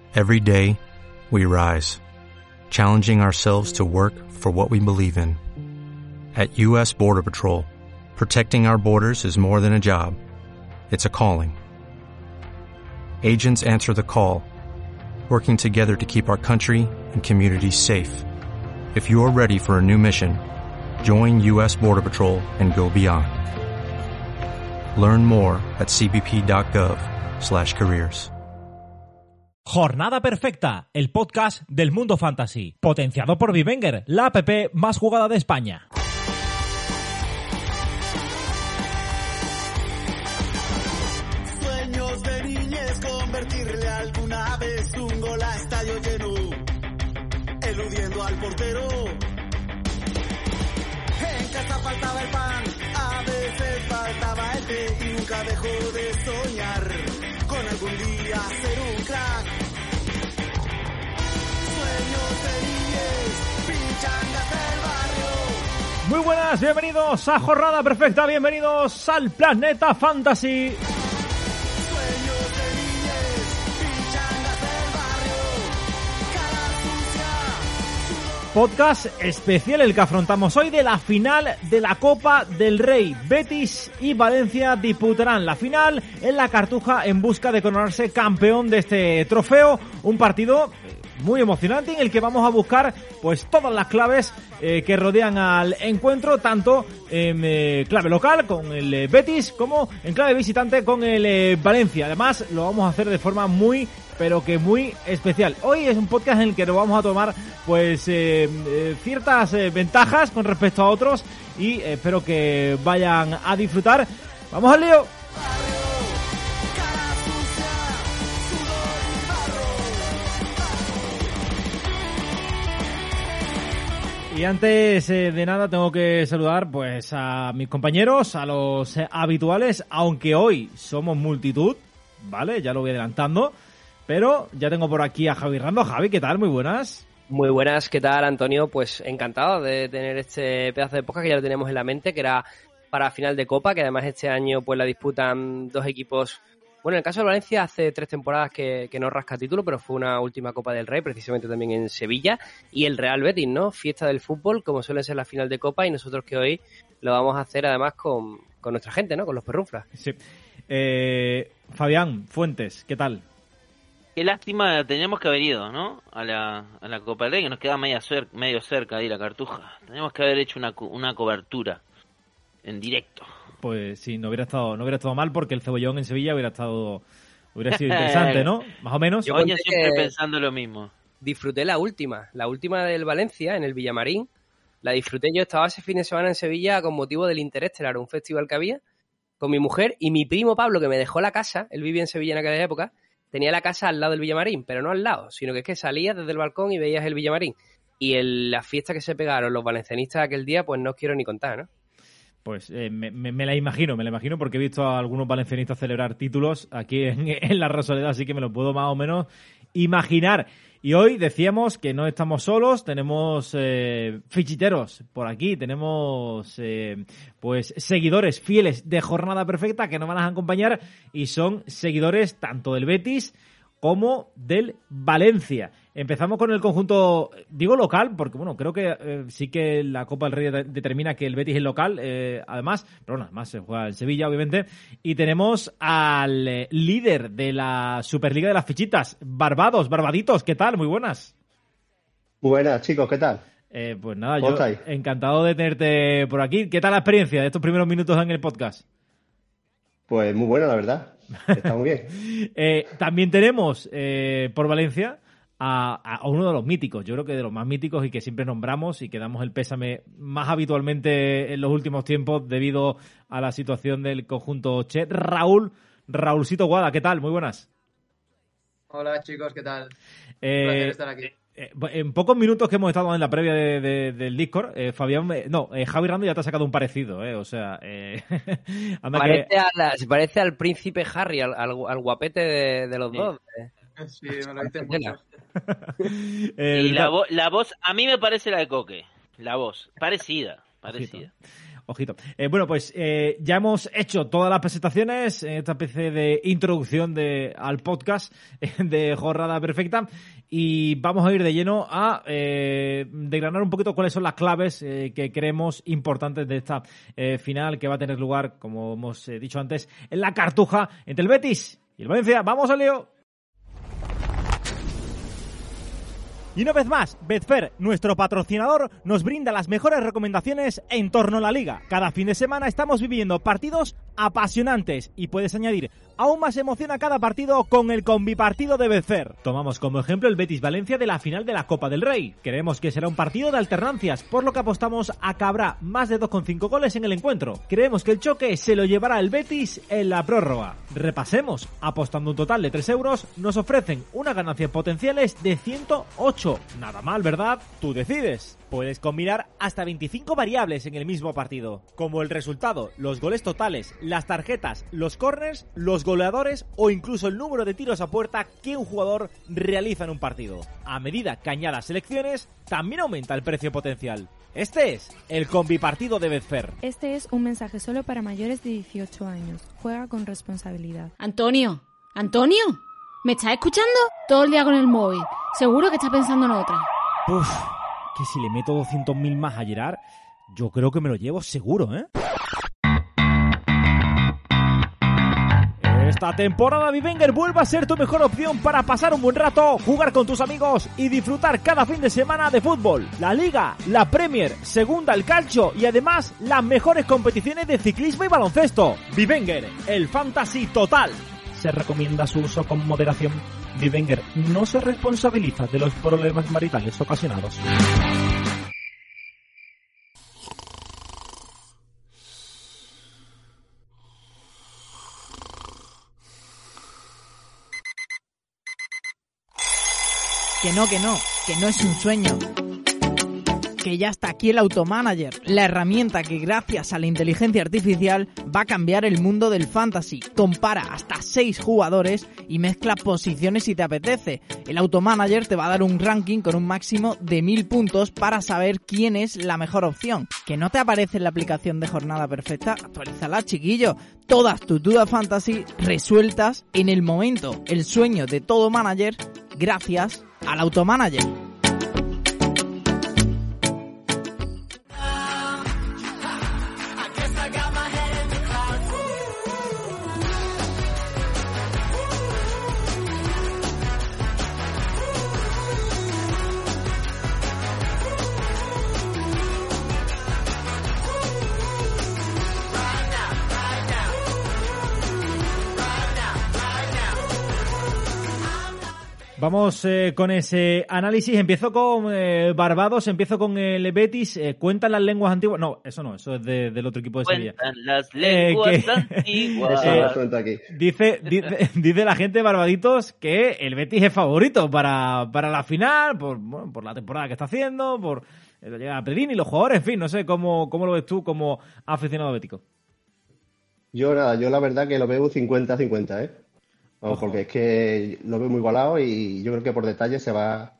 Every day, we rise, challenging ourselves to work for what we believe in. At U.S. Border Patrol, protecting our borders is more than a job. It's a calling. Agents answer the call, working together to keep our country and communities safe. If you're ready for a new mission, join U.S. Border Patrol and go beyond. Learn more at cbp.gov/careers. Jornada Perfecta, el podcast del mundo fantasy, potenciado por Vivenger, la app más jugada de España. Sueños de niñez, convertirle alguna vez un gol a estadio lleno, eludiendo al portero. En casa faltaba el pan, a veces faltaba el té y nunca dejó de soñar con algún día ser un crack. Sueños de niñez, pichangas del barrio. Muy buenas, bienvenidos a Jornada Perfecta, bienvenidos al Planeta Fantasy. Sueños de niñez, pichangas del barrio, cara sucia. Podcast especial el que afrontamos hoy de la final de la Copa del Rey. Betis y Valencia disputarán la final en la Cartuja en busca de coronarse campeón de este trofeo. Un partido muy emocionante en el que vamos a buscar pues todas las claves que rodean al encuentro, tanto en clave local con el Betis como en clave visitante con el Valencia. Además lo vamos a hacer de forma muy pero que muy especial. Hoy es un podcast en el que nos vamos a tomar pues ciertas ventajas con respecto a otros y espero que vayan a disfrutar. ¡Vamos al lío! Y antes de nada tengo que saludar pues a mis compañeros, a los habituales, aunque hoy somos multitud, ¿vale? Ya lo voy adelantando, pero ya tengo por aquí a Javi Rando. Javi, ¿qué tal? Muy buenas. Muy buenas, ¿qué tal, Antonio? Pues encantado de tener este pedazo de podcast que ya lo tenemos en la mente, que era para final de Copa, que además este año pues la disputan dos equipos. Bueno, en el caso de Valencia hace 3 temporadas que no rasca título, pero fue una última Copa del Rey, precisamente también en Sevilla. Y el Real Betis, ¿no? Fiesta del fútbol, como suele ser la final de Copa, y nosotros que hoy lo vamos a hacer además con nuestra gente, ¿no? Con los perrunflas. Sí. Fabián Fuentes, ¿qué tal? Qué lástima, teníamos que haber ido, ¿no? A la Copa del Rey, que nos queda medio cerca ahí la Cartuja. Teníamos que haber hecho una cobertura en directo. Pues sí, no hubiera estado mal, porque el cebollón en Sevilla hubiera sido interesante, ¿no? Más o menos. Yo venía siempre pensando lo mismo. Disfruté la última del Valencia, en el Villamarín. La disfruté, yo estaba ese fin de semana en Sevilla con motivo del Interestelar, un festival que había, con mi mujer y mi primo Pablo, que me dejó la casa. Él vivía en Sevilla en aquella época. Tenía la casa al lado del Villamarín, pero no al lado, sino que es que salías desde el balcón y veías el Villamarín. Y la fiesta que se pegaron los valencianistas aquel día, pues no os quiero ni contar, ¿no? Pues me la imagino, porque he visto a algunos valencianistas celebrar títulos aquí en la Rosaleda, así que me lo puedo más o menos imaginar. Y hoy decíamos que no estamos solos, tenemos fichiteros por aquí, tenemos pues seguidores fieles de Jornada Perfecta que nos van a acompañar y son seguidores tanto del Betis como del Valencia. Empezamos con el conjunto, digo local, porque bueno, creo que sí que la Copa del Rey determina que el Betis es local, además, pero bueno, además se juega en Sevilla, obviamente, y tenemos al líder de la Superliga de las Fichitas, Barbaditos, ¿qué tal? Muy buenas. Muy buenas, chicos, ¿qué tal? Pues nada, yo encantado de tenerte por aquí. ¿Qué tal la experiencia de estos primeros minutos en el podcast? Pues muy buena, la verdad. Está muy bien. También tenemos por Valencia a uno de los míticos, yo creo que de los más míticos y que siempre nombramos y que damos el pésame más habitualmente en los últimos tiempos debido a la situación del conjunto Che. Raúlcito Guada, ¿qué tal? Muy buenas. Hola chicos, ¿qué tal? Un placer estar aquí. En pocos minutos que hemos estado en la previa del Discord, Javi Rando ya te ha sacado un parecido, o sea... Se parece al príncipe Harry, al guapete de los dos. Sí, me lo dicen muchos. Y la voz, a mí me parece la de Coque, la voz, parecida. Ojito. Bueno, pues ya hemos hecho todas las presentaciones en esta especie de introducción al podcast de Jornada Perfecta y vamos a ir de lleno a desgranar un poquito cuáles son las claves que creemos importantes de esta final que va a tener lugar, como hemos dicho antes, en la Cartuja entre el Betis y el Valencia. ¡Vamos al lío! Y una vez más, Betfair, nuestro patrocinador, nos brinda las mejores recomendaciones en torno a la Liga. Cada fin de semana estamos viviendo partidos apasionantes y puedes añadir aún más emoción a cada partido con el combipartido de Betfair. Tomamos como ejemplo el Betis-Valencia de la final de la Copa del Rey. Creemos que será un partido de alternancias, por lo que apostamos a que habrá más de 2,5 goles en el encuentro. Creemos que el choque se lo llevará el Betis en la prórroga. Repasemos, apostando un total de 3 euros, nos ofrecen unas ganancias potenciales de 108. Nada mal, ¿verdad? Tú decides. Puedes combinar hasta 25 variables en el mismo partido, como el resultado, los goles totales, las tarjetas, los corners, los goleadores o incluso el número de tiros a puerta que un jugador realiza en un partido. A medida que añadas selecciones, también aumenta el precio potencial. Este es el combipartido de Betfair. Este es un mensaje solo para mayores de 18 años. Juega con responsabilidad. Antonio, ¿me estás escuchando? Todo el día con el móvil. Seguro que estás pensando en otra. Uf, que si le meto 200.000 más a Gerard, yo creo que me lo llevo seguro, ¿eh? Esta temporada Vivenger vuelve a ser tu mejor opción para pasar un buen rato, jugar con tus amigos y disfrutar cada fin de semana de fútbol. La Liga, la Premier, Segunda el Calcio y además las mejores competiciones de ciclismo y baloncesto. Vivenger, el fantasy total. Se recomienda su uso con moderación. Vivenger no se responsabiliza de los problemas maritales ocasionados. Que no es un sueño. Que ya está aquí el Automanager, la herramienta que gracias a la inteligencia artificial va a cambiar el mundo del fantasy. Compara hasta 6 jugadores y mezcla posiciones si te apetece. El Automanager te va a dar un ranking con un máximo de 1000 puntos para saber quién es la mejor opción. ¿Que no te aparece en la aplicación de Jornada Perfecta? Actualízala, chiquillo. Todas tus dudas fantasy resueltas en el momento. El sueño de todo manager gracias al Automanager. Vamos con ese análisis. Empiezo con Barbados, empiezo con el Betis. ¿Cuentan las lenguas antiguas? No, eso es del otro equipo de Sevilla. Cuentan las lenguas antiguas. Dice la gente de Barbaditos que el Betis es favorito para la final, por la temporada que está haciendo, por la llegada de Pedrini y los jugadores, en fin, no sé cómo lo ves tú como aficionado bético. Yo la verdad que lo veo 50-50, ¿eh? Vamos, porque es que lo veo muy igualado y yo creo que por detalle se va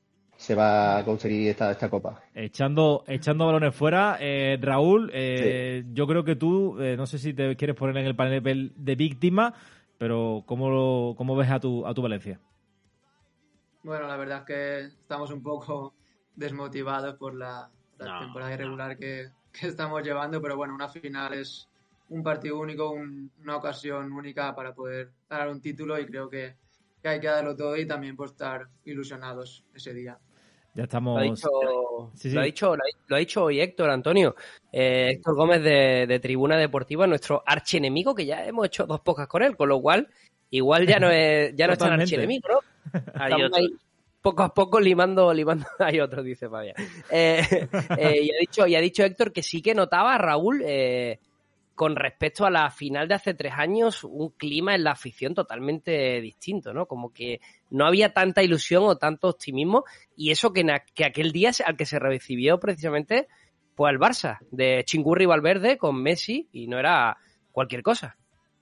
a conseguir esta copa. Echando balones fuera, Raúl, Sí. yo creo que tú, no sé si te quieres poner en el panel de víctima, pero ¿cómo ves a tu Valencia? Bueno, la verdad es que estamos un poco desmotivados por la temporada irregular que estamos llevando, pero bueno, una final es un partido único, una ocasión única para poder ganar un título y creo que hay que darlo todo y también por estar ilusionados ese día. Ya estamos... Lo ha dicho hoy Héctor, Antonio. Héctor Gómez de Tribuna Deportiva, nuestro archienemigo, que ya hemos hecho 2 podcasts con él, con lo cual igual ya no es tan archienemigo, ¿no? Estamos ahí poco a poco limando hay otro, dice Fabián. Y ha dicho Héctor que sí que notaba, Raúl, con respecto a la final de hace 3 años, un clima en la afición totalmente distinto, ¿no? Como que no había tanta ilusión o tanto optimismo, y eso que aquel día al que se recibió precisamente fue al Barça, de Chingurri y Valverde con Messi, y no era cualquier cosa.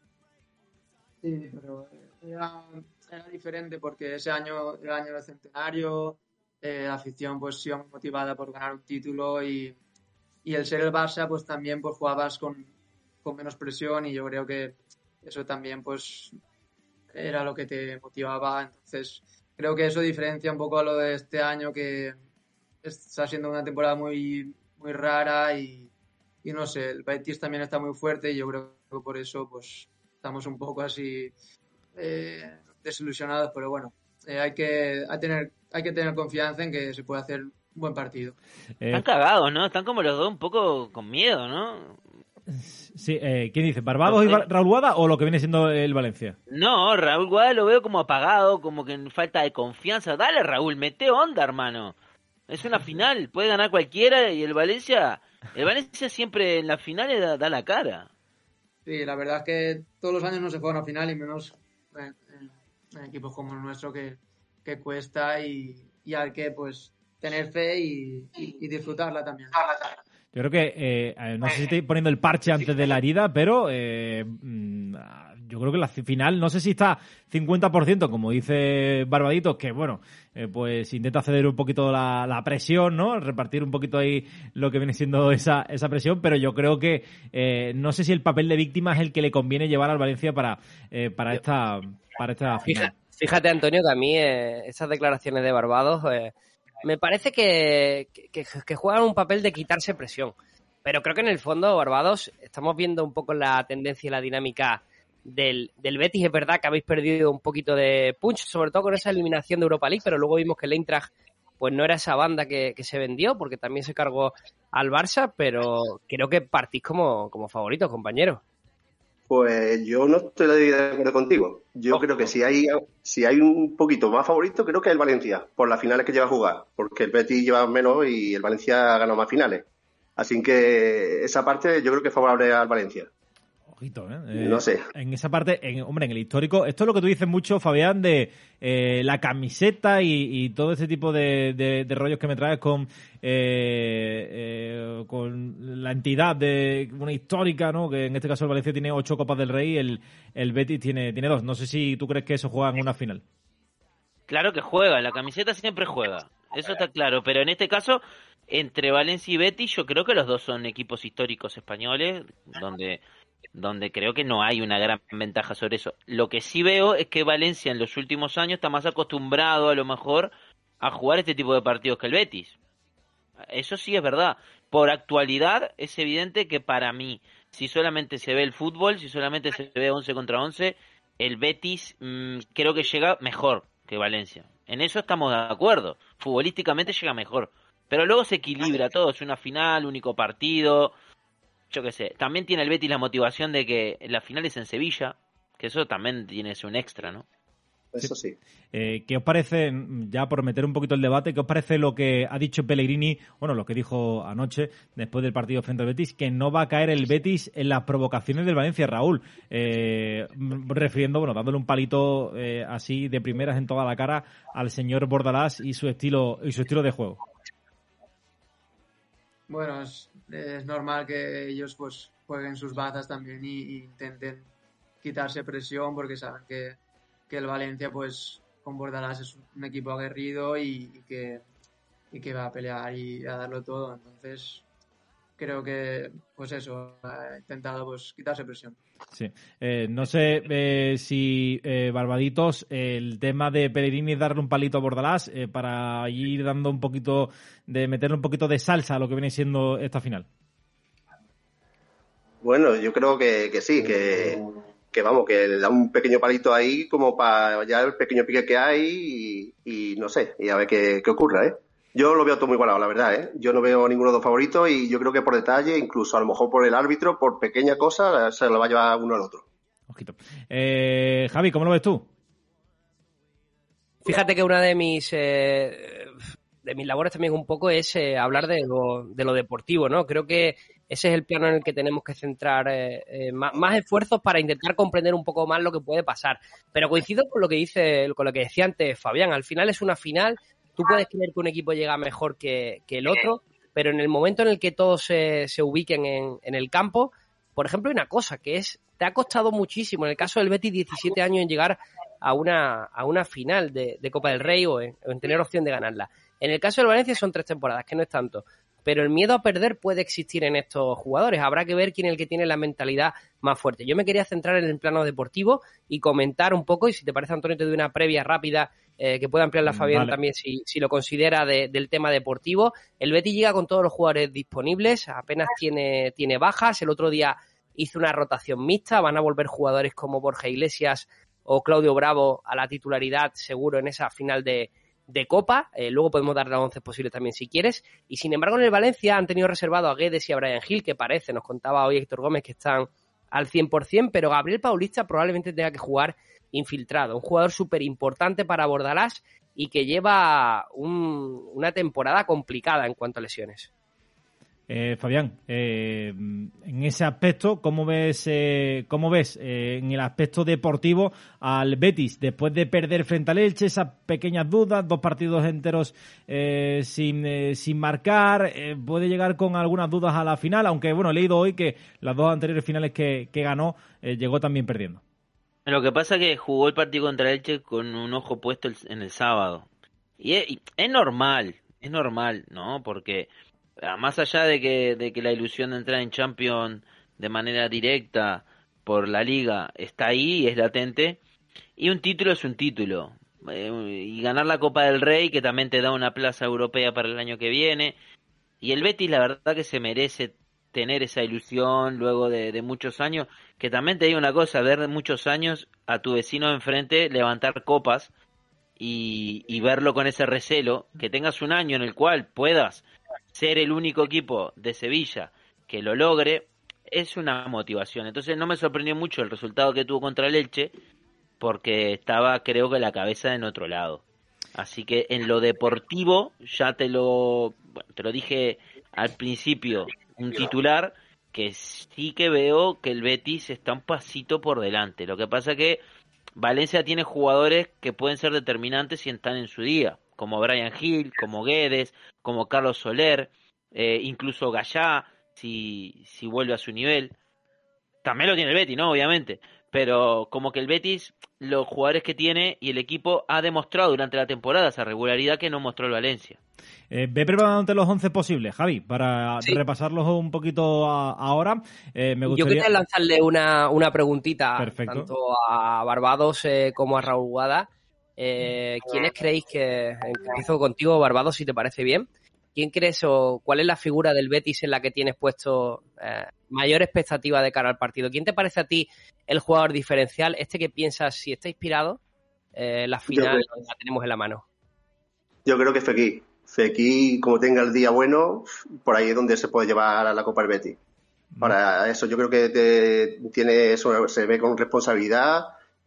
Sí, pero era diferente porque ese año era el año del centenario, la afición pues iba muy motivada por ganar un título y y el ser el Barça, pues también pues jugabas con menos presión, y yo creo que eso también pues era lo que te motivaba. Entonces creo que eso diferencia un poco a lo de este año, que está siendo una temporada muy, muy rara, y no sé, el Betis también está muy fuerte, y yo creo que por eso pues estamos un poco así desilusionados, pero bueno, hay que tener confianza en que se puede hacer un buen partido. Están cagados, ¿no? Están como los dos un poco con miedo, ¿no? Sí, ¿quién dice? ¿Barbados y Raúl Guada o lo que viene siendo el Valencia? No, Raúl Guada lo veo como apagado, como que falta de confianza. Dale, Raúl, mete onda, hermano. Es una final, puede ganar cualquiera, y el Valencia siempre en las finales da la cara. Sí, la verdad es que todos los años no se juega una final, y menos en equipos como el nuestro, que cuesta, y hay que pues tener fe y disfrutarla también. Yo creo que, no sé si estoy poniendo el parche antes de la herida, pero yo creo que la final, no sé si está 50%, como dice Barbadito, que bueno, pues intenta ceder un poquito la presión, ¿no? Repartir un poquito ahí lo que viene siendo esa presión, pero yo creo que no sé si el papel de víctima es el que le conviene llevar al Valencia para esta final. Fíjate, Antonio, que a mí esas declaraciones de Barbados me parece que juegan un papel de quitarse presión. Pero creo que en el fondo, Barbados, estamos viendo un poco la tendencia y la dinámica del Betis. Es verdad que habéis perdido un poquito de punch, sobre todo con esa eliminación de Europa League, pero luego vimos que el Eintracht pues no era esa banda que se vendió, porque también se cargó al Barça, pero creo que partís como favoritos, compañeros. Pues yo no estoy de acuerdo contigo. Yo creo que si hay un poquito más favorito, creo que es el Valencia, por las finales que lleva a jugar, porque el Betis lleva menos y el Valencia ha ganado más finales. Así que esa parte yo creo que es favorable al Valencia. Ojito, no sé. En esa parte, hombre, en el histórico, esto es lo que tú dices mucho, Fabián, de la camiseta y todo ese tipo de rollos que me traes con la entidad de una histórica, ¿no? Que en este caso el Valencia tiene 8 Copas del Rey, el Betis tiene 2. No sé si tú crees que eso juega en una final. Claro que juega, la camiseta siempre juega, eso está claro, pero en este caso, entre Valencia y Betis, yo creo que los dos son equipos históricos españoles, donde creo que no hay una gran ventaja sobre eso. Lo que sí veo es que Valencia en los últimos años está más acostumbrado a lo mejor a jugar este tipo de partidos que el Betis. Eso sí es verdad. Por actualidad es evidente que para mí, si solamente se ve el fútbol, si solamente se ve 11 contra 11, el Betis creo que llega mejor que Valencia. En eso estamos de acuerdo. Futbolísticamente llega mejor. Pero luego se equilibra todo. Es una final, único partido. Yo qué sé, también tiene el Betis la motivación de que la final es en Sevilla, que eso también tiene un extra, ¿no? Eso sí. ¿Qué os parece, ya por meter un poquito el debate, qué os parece lo que ha dicho Pellegrini, bueno, lo que dijo anoche, después del partido frente al Betis, que no va a caer el Betis en las provocaciones del Valencia, Raúl? Refiriendo, bueno, dándole un palito así de primeras en toda la cara al señor Bordalás y su estilo de juego. Bueno, es normal que ellos pues jueguen sus bazas también y intenten quitarse presión, porque saben que el Valencia pues con Bordalás es un equipo aguerrido y que va a pelear y a darlo todo. Entonces creo que pues eso, ha intentado pues quitarse presión. Sí. No sé si Barbaditos, el tema de Pellegrini es darle un palito a Bordalás para ir dando un poquito meterle un poquito de salsa a lo que viene siendo esta final. Bueno, yo creo que sí, que vamos, que le da un pequeño palito ahí como para ya el pequeño pique que hay y no sé, y a ver qué ocurra, ¿eh? Yo lo veo todo muy igualado, la verdad, ¿eh? Yo no veo ninguno de los favoritos y yo creo que por detalle, incluso a lo mejor por el árbitro, por pequeña cosa, se lo va a llevar uno al otro. Ojito. Javi, ¿cómo lo ves tú? Fíjate que una de mis labores también un poco es hablar de lo deportivo, ¿no? Creo que ese es el plano en el que tenemos que centrar más esfuerzos para intentar comprender un poco más lo que puede pasar. Pero coincido con lo que decía antes Fabián. Al final es una final. Tú puedes creer que un equipo llega mejor que el otro, pero en el momento en el que todos se ubiquen en el campo, por ejemplo, hay una cosa que es, te ha costado muchísimo, en el caso del Betis, 17 años en llegar a una final de Copa del Rey o en tener opción de ganarla. En el caso del Valencia son 3 temporadas, que no es tanto. pero el miedo a perder puede existir en estos jugadores. Habrá que ver quién es el que tiene la mentalidad más fuerte. Yo me quería centrar en el plano deportivo y comentar un poco, y si te parece, Antonio, te doy una previa rápida que pueda ampliar la Fabián también si lo considera del tema deportivo. El Betis llega con todos los jugadores disponibles, apenas tiene bajas. El otro día hizo una rotación mixta, van a volver jugadores como Borja Iglesias o Claudio Bravo a la titularidad seguro en esa final de Copa. Luego podemos dar las 11 posibles también si quieres. Y sin embargo en el Valencia han tenido reservado a Guedes y a Bryan Gil, que parece, nos contaba hoy Héctor Gómez, que están al 100%, pero Gabriel Paulista probablemente tenga que jugar infiltrado. Un jugador súper importante para Bordalás y que lleva una temporada complicada en cuanto a lesiones. Fabián, en ese aspecto, ¿cómo ves en el aspecto deportivo al Betis después de perder frente al Elche? Esas pequeñas dudas, 2 partidos enteros sin marcar, puede llegar con algunas dudas a la final, aunque bueno, he leído hoy que las 2 anteriores finales que ganó llegó también perdiendo. Lo que pasa es que jugó el partido contra Elche con un ojo puesto en el sábado. Y es normal, ¿no? Porque más allá de que la ilusión de entrar en Champions de manera directa por la Liga está ahí, es latente, y un título es un título. Y ganar la Copa del Rey, que también te da una plaza europea para el año que viene. Y el Betis, la verdad que se merece tener esa ilusión luego de muchos años, que también te digo una cosa, ver muchos años a tu vecino de enfrente levantar copas y verlo con ese recelo, que tengas un año en el cual puedas ser el único equipo de Sevilla que lo logre, es una motivación. Entonces no me sorprendió mucho el resultado que tuvo contra el Elche, porque estaba, creo que, la cabeza en otro lado. Así que en lo deportivo, ya te lo dije al principio, un titular que sí que veo que el Betis está un pasito por delante. Lo que pasa que Valencia tiene jugadores que pueden ser determinantes si están en su día, como Bryan Gil, como Guedes, como Carlos Soler, incluso Gallá, si vuelve a su nivel. También lo tiene el Betis, ¿no? Obviamente. Pero como que el Betis, los jugadores que tiene y el equipo ha demostrado durante la temporada esa regularidad que no mostró el Valencia. Ve preparándote los 11 posibles, Javi, para repasarlos un poquito ahora. Me gustaría... Yo quería lanzarle una preguntita. Perfecto. Tanto a Barbados como a Raúl Guada. ¿Quiénes creéis que empiezo contigo, Barbados, si te parece bien? ¿Quién crees o cuál es la figura del Betis en la que tienes puesto mayor expectativa de cara al partido? ¿Quién te parece a ti el jugador diferencial? Que piensas, si está inspirado, la final la tenemos en la mano. Yo creo que Fekir. Fekir, como tenga el día bueno, por ahí es donde se puede llevar a la Copa el Betis. Para eso yo creo que tiene eso, se ve con responsabilidad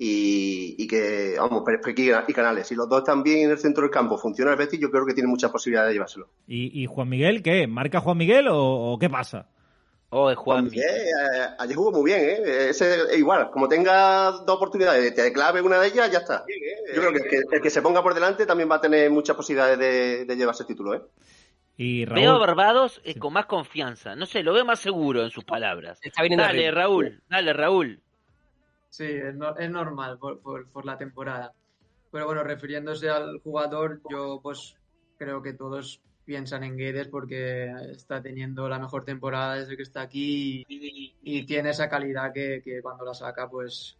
y que, vamos, Fekir y Canales, si los dos están bien en el centro del campo, funciona el Betis, yo creo que tiene muchas posibilidades de llevárselo. ¿Y Juan Miguel qué? ¿Marca Juan Miguel o qué pasa? Juan Miguel, ayer jugó muy bien, Ese igual, como tenga 2 oportunidades, te clave una de ellas, ya está. Yo creo que el que se ponga por delante también va a tener muchas posibilidades de llevarse el título, Y Raúl... Veo a Barbados con más confianza, no sé, lo veo más seguro en sus palabras. Dale, Raúl. Sí, es normal por la temporada. Pero bueno, refiriéndose al jugador, yo pues creo que todos piensan en Guedes porque está teniendo la mejor temporada desde que está aquí y tiene esa calidad que cuando la saca pues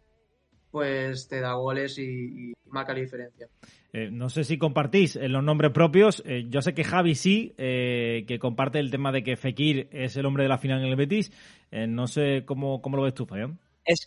te da goles y marca la diferencia. No sé si compartís los nombres propios. Yo sé que Javi sí, que comparte el tema de que Fekir es el hombre de la final en el Betis. No sé cómo lo ves tú, Fabián.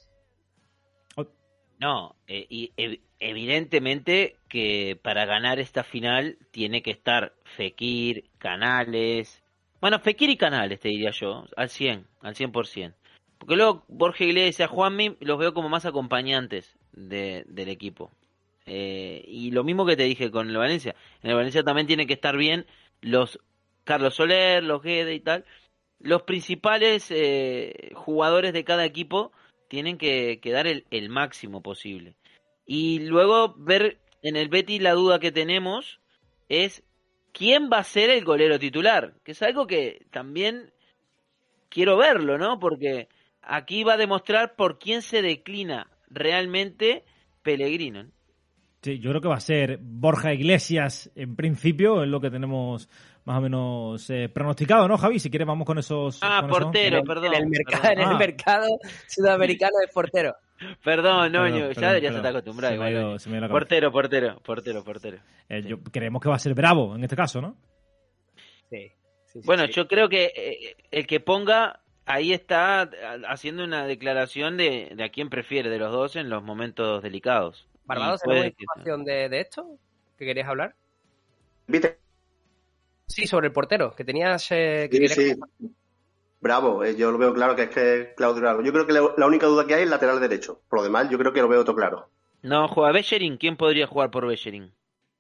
No, evidentemente que para ganar esta final tiene que estar Fekir, Canales. Bueno, Fekir y Canales, te diría yo, al 100%. Porque luego Borja Iglesias, Juanmi, los veo como más acompañantes del equipo. Y lo mismo que te dije con el Valencia. En el Valencia también tienen que estar bien los Carlos Soler, los Guedes y tal. Los principales jugadores de cada equipo tienen que dar el máximo posible. Y luego ver en el Betis la duda que tenemos es quién va a ser el golero titular, que es algo que también quiero verlo, ¿no? Porque aquí va a demostrar por quién se declina realmente Pellegrino. Sí, yo creo que va a ser Borja Iglesias en principio, es lo que tenemos más o menos pronosticado, ¿no, Javi? Si quieres vamos con esos... portero, perdón. En el mercado sudamericano es portero. Perdón, ya deberías estar acostumbrado. Portero. Creemos que va a ser Bravo en este caso, ¿no? Sí. Bueno, yo creo que el que ponga ahí está haciendo una declaración de a quién prefiere de los dos en los momentos delicados. Barbados, ¿tenemos información de esto que querías hablar? ¿Viste? Sí, sobre el portero, que tenías... Sí. Bravo, yo lo veo claro que es Claudio Bravo. Yo creo que la única duda que hay es lateral derecho. Por lo demás, yo creo que lo veo todo claro. No, juega Bellerín. ¿Quién podría jugar por Bellerín?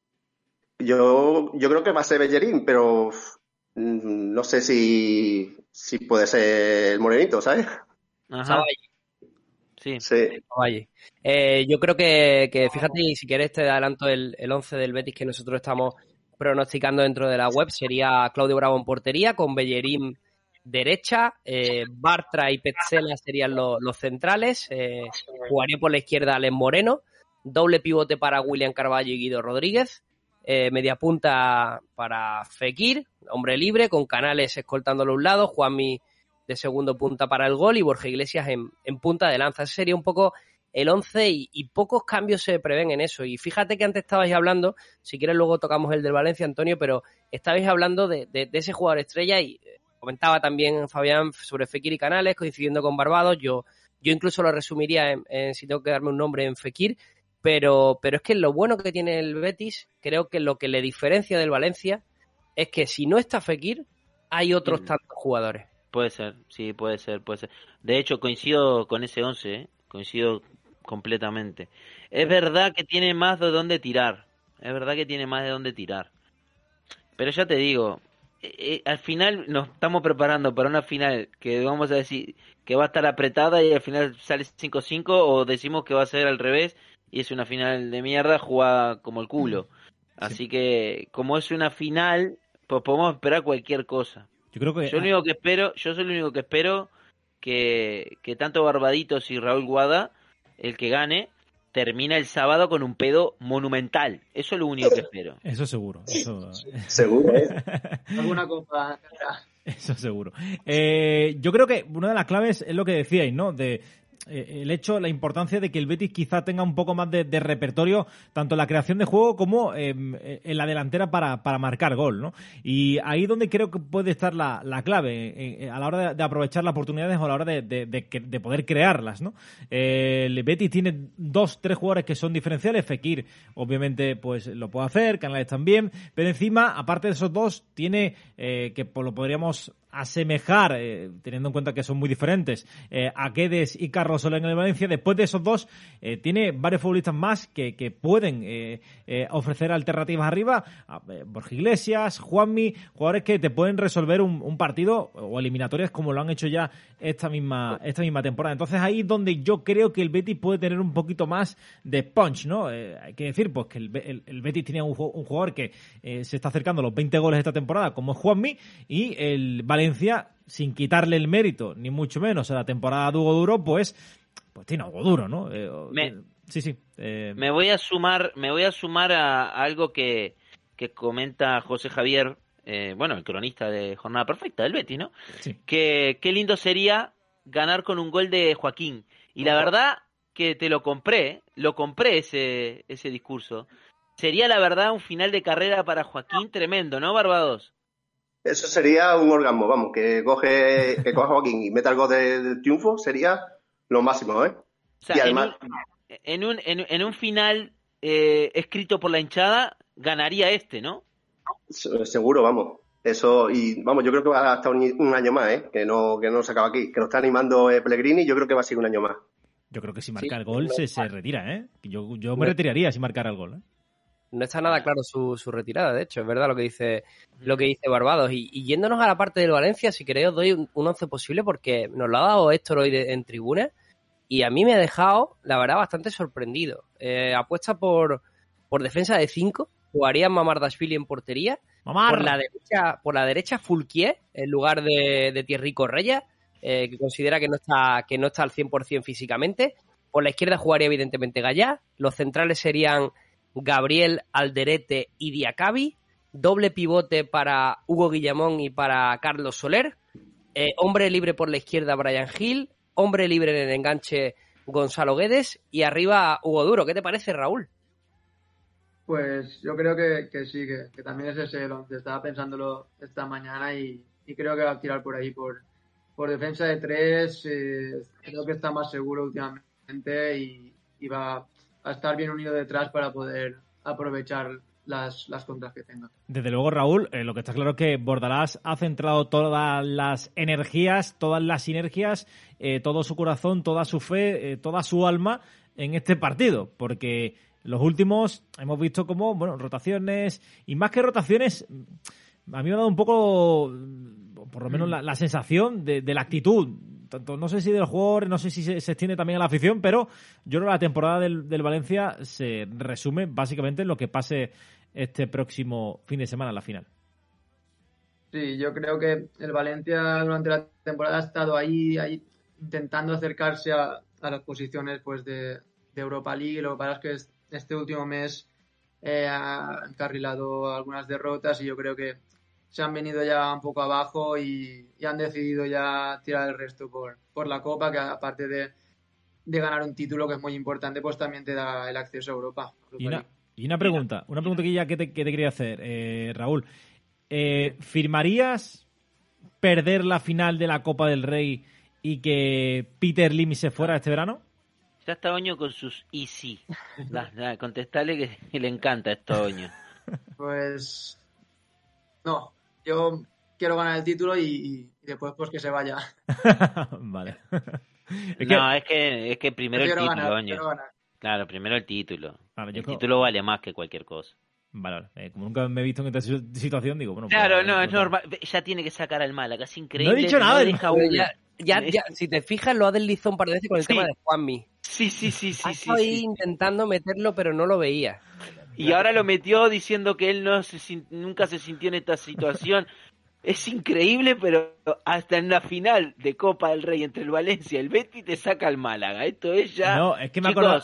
Yo creo que va a ser Bellerín, pero no sé si puede ser el morenito, ¿sabes? Ajá. Sí. Yo creo que fíjate, y si quieres te adelanto el 11 del Betis que nosotros estamos pronosticando dentro de la web. Sería Claudio Bravo en portería, con Bellerín derecha, Bartra y Petzela serían los centrales, jugaría por la izquierda Alen Moreno, doble pivote para William Carballo y Guido Rodríguez, media punta para Fekir, hombre libre, con Canales escoltándolo a un lado, Juanmi de segundo punta para el gol y Borja Iglesias en punta de lanza. Ese sería un poco el 11 y pocos cambios se prevén en eso. Y fíjate que antes estabais hablando, si quieres luego tocamos el del Valencia, Antonio, pero estabais hablando de ese jugador estrella y comentaba también Fabián sobre Fekir y Canales, coincidiendo con Barbados. Yo incluso lo resumiría en si tengo que darme un nombre en Fekir, pero es que lo bueno que tiene el Betis, creo que lo que le diferencia del Valencia es que si no está Fekir, hay otros tantos jugadores. Puede ser, sí, puede ser. De hecho, coincido con ese 11, coincido completamente. Es verdad que tiene más de dónde tirar. Pero ya te digo, al final nos estamos preparando para una final que vamos a decir que va a estar apretada y al final sale 5-5, o decimos que va a ser al revés y es una final de mierda jugada como el culo. Así que, como es una final, pues podemos esperar cualquier cosa. Yo creo que yo soy el único que espero que tanto Barbaditos y Raúl Guada, el que gane, termina el sábado con un pedo monumental. Eso es lo único que espero. Eso seguro. Seguro, Alguna copa. Eso seguro. Yo creo que una de las claves es lo que decíais, ¿no? La importancia de que el Betis quizá tenga un poco más de repertorio, tanto en la creación de juego como en la delantera para marcar gol, ¿no? Y ahí donde creo que puede estar la clave, a la hora de aprovechar las oportunidades o a la hora de poder crearlas, ¿no? El Betis tiene 2-3 jugadores que son diferenciales. Fekir, obviamente, pues lo puede hacer, Canales también, pero encima, aparte de esos dos, tiene que lo podríamos asemejar, teniendo en cuenta que son muy diferentes, a Guedes y Carlos Soler en el Valencia. Después de esos dos, tiene varios futbolistas más que pueden ofrecer alternativas arriba. Borja Iglesias, Juanmi, jugadores que te pueden resolver un partido o eliminatorias como lo han hecho ya esta misma temporada. Entonces ahí es donde yo creo que el Betis puede tener un poquito más de punch, ¿no? Hay que decir pues que el Betis tiene un jugador que se está acercando a los 20 goles esta temporada, como es Juanmi, y el Valencia, sin quitarle el mérito, ni mucho menos a la temporada de Hugo Duro, pues tiene algo duro, ¿no? Me voy a sumar a algo que comenta José Javier, el cronista de Jornada Perfecta del Betis, ¿no? Sí. Que qué lindo sería ganar con un gol de Joaquín. Y la verdad que lo compré ese discurso. Sería la verdad un final de carrera para Joaquín tremendo, ¿no, Barbados? Eso sería un orgasmo, vamos, que coge a Joaquín y meta el gol del triunfo, sería lo máximo, ¿eh? O sea, y además, en un final escrito por la hinchada, ganaría ¿no? Seguro, vamos. Eso, y vamos, yo creo que va hasta un año más, ¿eh? Que no se acaba aquí. Que lo está animando Pellegrini, yo creo que va a ser un año más. Yo creo que si marca el gol se retira, ¿eh? Yo me retiraría si marcara el gol, ¿eh? No está nada claro su retirada, de hecho, es verdad lo que dice Barbados. Y yéndonos a la parte del Valencia, si queréis os doy un 11 posible, porque nos lo ha dado Héctor hoy en tribuna y a mí me ha dejado, la verdad, bastante sorprendido. Apuesta por defensa de 5, jugaría Mamardashvili en portería. Por la derecha Fulquier en lugar de Thierry Correia, que considera que no está al 100% físicamente. Por la izquierda jugaría evidentemente Gallá. Los centrales serían Gabriel, Alderete y Diacabi, doble pivote para Hugo Guillamón y para Carlos Soler, hombre libre por la izquierda Bryan Gil, hombre libre en el enganche Gonzalo Guedes y arriba Hugo Duro. ¿Qué te parece, Raúl? Pues yo creo que sí, que también es ese lo que estaba pensándolo esta mañana y creo que va a tirar por ahí, por defensa de tres. Creo que está más seguro últimamente y va a estar bien unido detrás para poder aprovechar las contras que tenga. Desde luego, Raúl, lo que está claro es que Bordalás ha centrado todas las energías, todas las sinergias, todo su corazón, toda su fe, toda su alma en este partido, porque los últimos hemos visto como, bueno, rotaciones, y más que rotaciones, a mí me ha dado un poco, por lo menos la sensación de la actitud, tanto no sé si del jugador, no sé si se extiende también a la afición, pero yo creo que la temporada del Valencia se resume básicamente en lo que pase este próximo fin de semana en la final. Sí, yo creo que el Valencia durante la temporada ha estado ahí intentando acercarse a las posiciones pues de Europa League. Lo que pasa es que este último mes ha encarrilado algunas derrotas y yo creo que se han venido ya un poco abajo y han decidido ya tirar el resto por la Copa, que aparte de ganar un título que es muy importante, pues también te da el acceso a Europa. Y una pregunta que ya que te quería hacer, Raúl. ¿Firmarías perder la final de la Copa del Rey y que Peter Lim se fuera este verano? Ya está Oño con sus easy. Contestale que le encanta esto, Oño. Pues no, yo quiero ganar el título y después pues que se vaya. Vale. Es que primero el título, ganar, Oño. Claro, primero el título. Vale, el título vale más que cualquier cosa. Vale. Como nunca me he visto en esta situación, digo, bueno... Claro, pues, no, es normal. Ya tiene que sacar al Málaga, es increíble. No he dicho nada. Ya, si te fijas, lo ha deslizado un par de veces con el tema de Juanmi. Sí. Ahí intentando meterlo, pero no lo veía. Y ahora lo metió diciendo que él nunca se sintió en esta situación. Es increíble, pero hasta en la final de Copa del Rey entre el Valencia y el Betis te saca al Málaga. Esto es ya... No, es que me he acordado...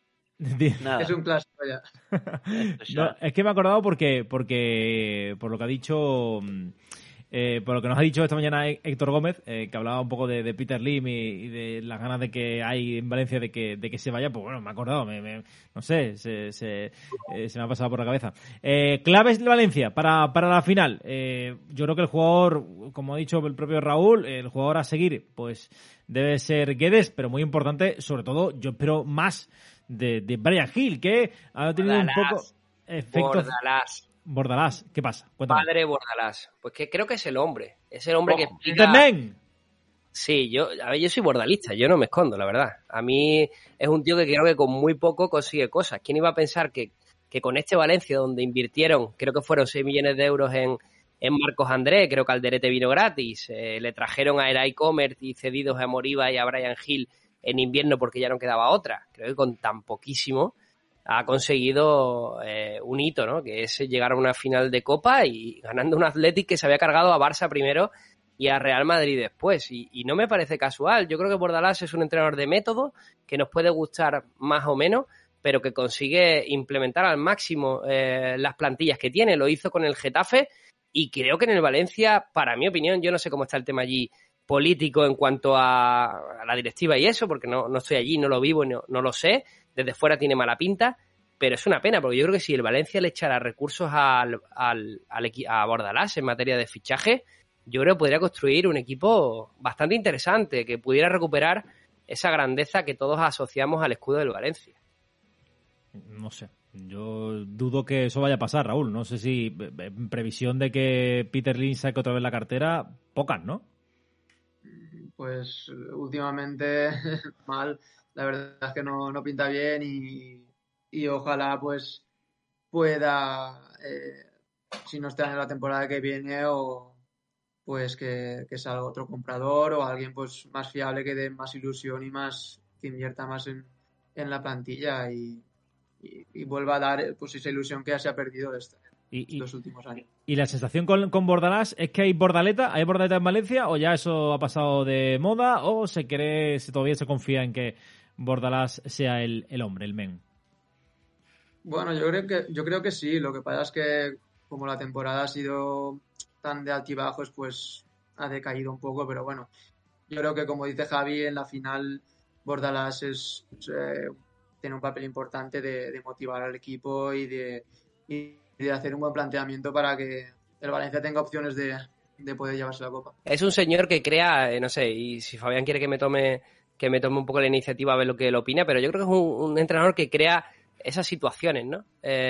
Es un clásico ya. No, es que me he acordado porque por lo que ha dicho... por lo que nos ha dicho esta mañana Héctor Gómez, que hablaba un poco de Peter Lim y de las ganas de que hay en Valencia de que se vaya, pues bueno, me he acordado, no sé, se me ha pasado por la cabeza. Claves de Valencia para la final. Yo creo que el jugador, como ha dicho el propio Raúl, el jugador a seguir, pues debe ser Guedes, pero muy importante, sobre todo, yo espero más de Bryan Gil, que ha tenido un poco efectos... Bordalás, ¿qué pasa? Cuéntame. Padre Bordalás. Pues que creo que es el hombre que explica... ¡Internet! Sí, yo soy bordalista, yo no me escondo, la verdad. A mí es un tío que creo que con muy poco consigue cosas. ¿Quién iba a pensar que con este Valencia, donde invirtieron, creo que fueron 6 millones de euros en Marcos André, creo que Alderete vino gratis, le trajeron a Eray Comert y cedidos a Moriba y a Bryan Gil en invierno porque ya no quedaba otra? Creo que con tan poquísimo ha conseguido un hito, ¿no? Que es llegar a una final de Copa y ganando un Athletic que se había cargado a Barça primero y a Real Madrid después. Y no me parece casual. Yo creo que Bordalás es un entrenador de método que nos puede gustar más o menos, pero que consigue implementar al máximo las plantillas que tiene. Lo hizo con el Getafe y creo que en el Valencia, para mi opinión, yo no sé cómo está el tema allí político en cuanto a la directiva y eso, porque no estoy allí, no lo vivo, no lo sé. Desde fuera tiene mala pinta, pero es una pena, porque yo creo que si el Valencia le echara recursos a Bordalás en materia de fichaje, yo creo que podría construir un equipo bastante interesante, que pudiera recuperar esa grandeza que todos asociamos al escudo del Valencia. No sé, yo dudo que eso vaya a pasar, Raúl. No sé si en previsión de que Peter Lim saque otra vez la cartera, pocas, ¿no? Pues últimamente mal. La verdad es que no pinta bien y ojalá pues pueda, si no está en la temporada que viene, o pues que salga otro comprador o alguien pues más fiable que dé más ilusión y que invierta más en la plantilla y vuelva a dar pues esa ilusión que ya se ha perdido los últimos años. ¿Y la sensación con Bordalás es que hay bordaleta en Valencia, o ya eso ha pasado de moda, o todavía se confía en que Bordalás sea el hombre, el men? Bueno, yo creo que sí. Lo que pasa es que como la temporada ha sido tan de altibajos, pues ha decaído un poco, pero bueno, yo creo que como dice Javi, en la final Bordalás tiene un papel importante de motivar al equipo y de hacer un buen planteamiento para que el Valencia tenga opciones de poder llevarse la Copa. Es un señor que crea, no sé, y si Fabián quiere que me tome un poco la iniciativa a ver lo que él opina, pero yo creo que es un entrenador que crea esas situaciones, ¿no?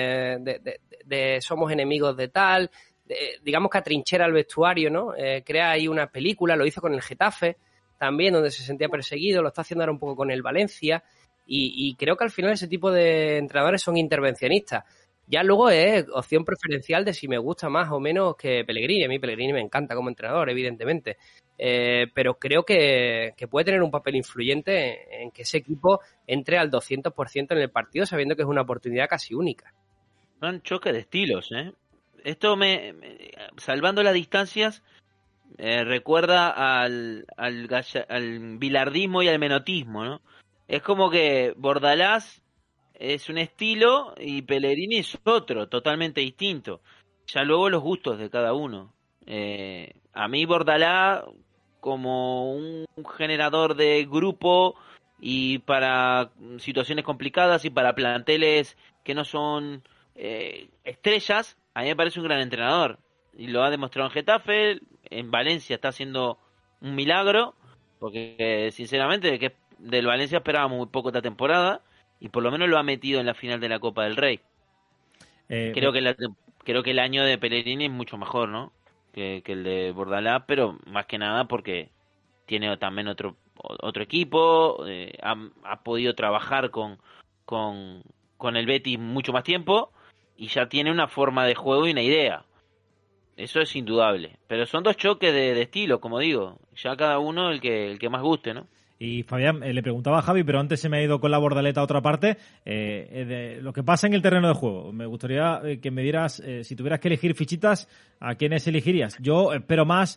De somos enemigos de tal, digamos que atrinchera el vestuario, ¿no? Crea ahí una película, lo hizo con el Getafe también, donde se sentía perseguido, lo está haciendo ahora un poco con el Valencia, y creo que al final ese tipo de entrenadores son intervencionistas. Ya luego es opción preferencial de si me gusta más o menos que Pellegrini. A mí Pellegrini me encanta como entrenador, evidentemente. Pero creo que puede tener un papel influyente en que ese equipo entre al 200% en el partido, sabiendo que es una oportunidad casi única. Son choques de estilos, ¿eh? Esto salvando las distancias, recuerda al bilardismo y al menotismo, ¿no? Es como que Bordalás es un estilo y Pellegrini es otro, totalmente distinto. Ya luego los gustos de cada uno. A mí Bordalás, como un generador de grupo y para situaciones complicadas y para planteles que no son estrellas, a mí me parece un gran entrenador. Y lo ha demostrado en Getafe, en Valencia está haciendo un milagro, porque sinceramente que del Valencia esperábamos muy poco esta temporada. Y por lo menos lo ha metido en la final de la Copa del Rey. Creo que el año de Pellegrini es mucho mejor, ¿no? Que el de Bordalás, pero más que nada porque tiene también otro equipo, ha podido trabajar con el Betis mucho más tiempo y ya tiene una forma de juego y una idea. Eso es indudable. Pero son dos choques de estilo, como digo. Ya cada uno el que más guste, ¿no? Y Fabián, le preguntaba a Javi, pero antes se me ha ido con la bordaleta a otra parte, de lo que pasa en el terreno de juego. Me gustaría que me dieras, si tuvieras que elegir fichitas, ¿a quiénes elegirías? Yo espero más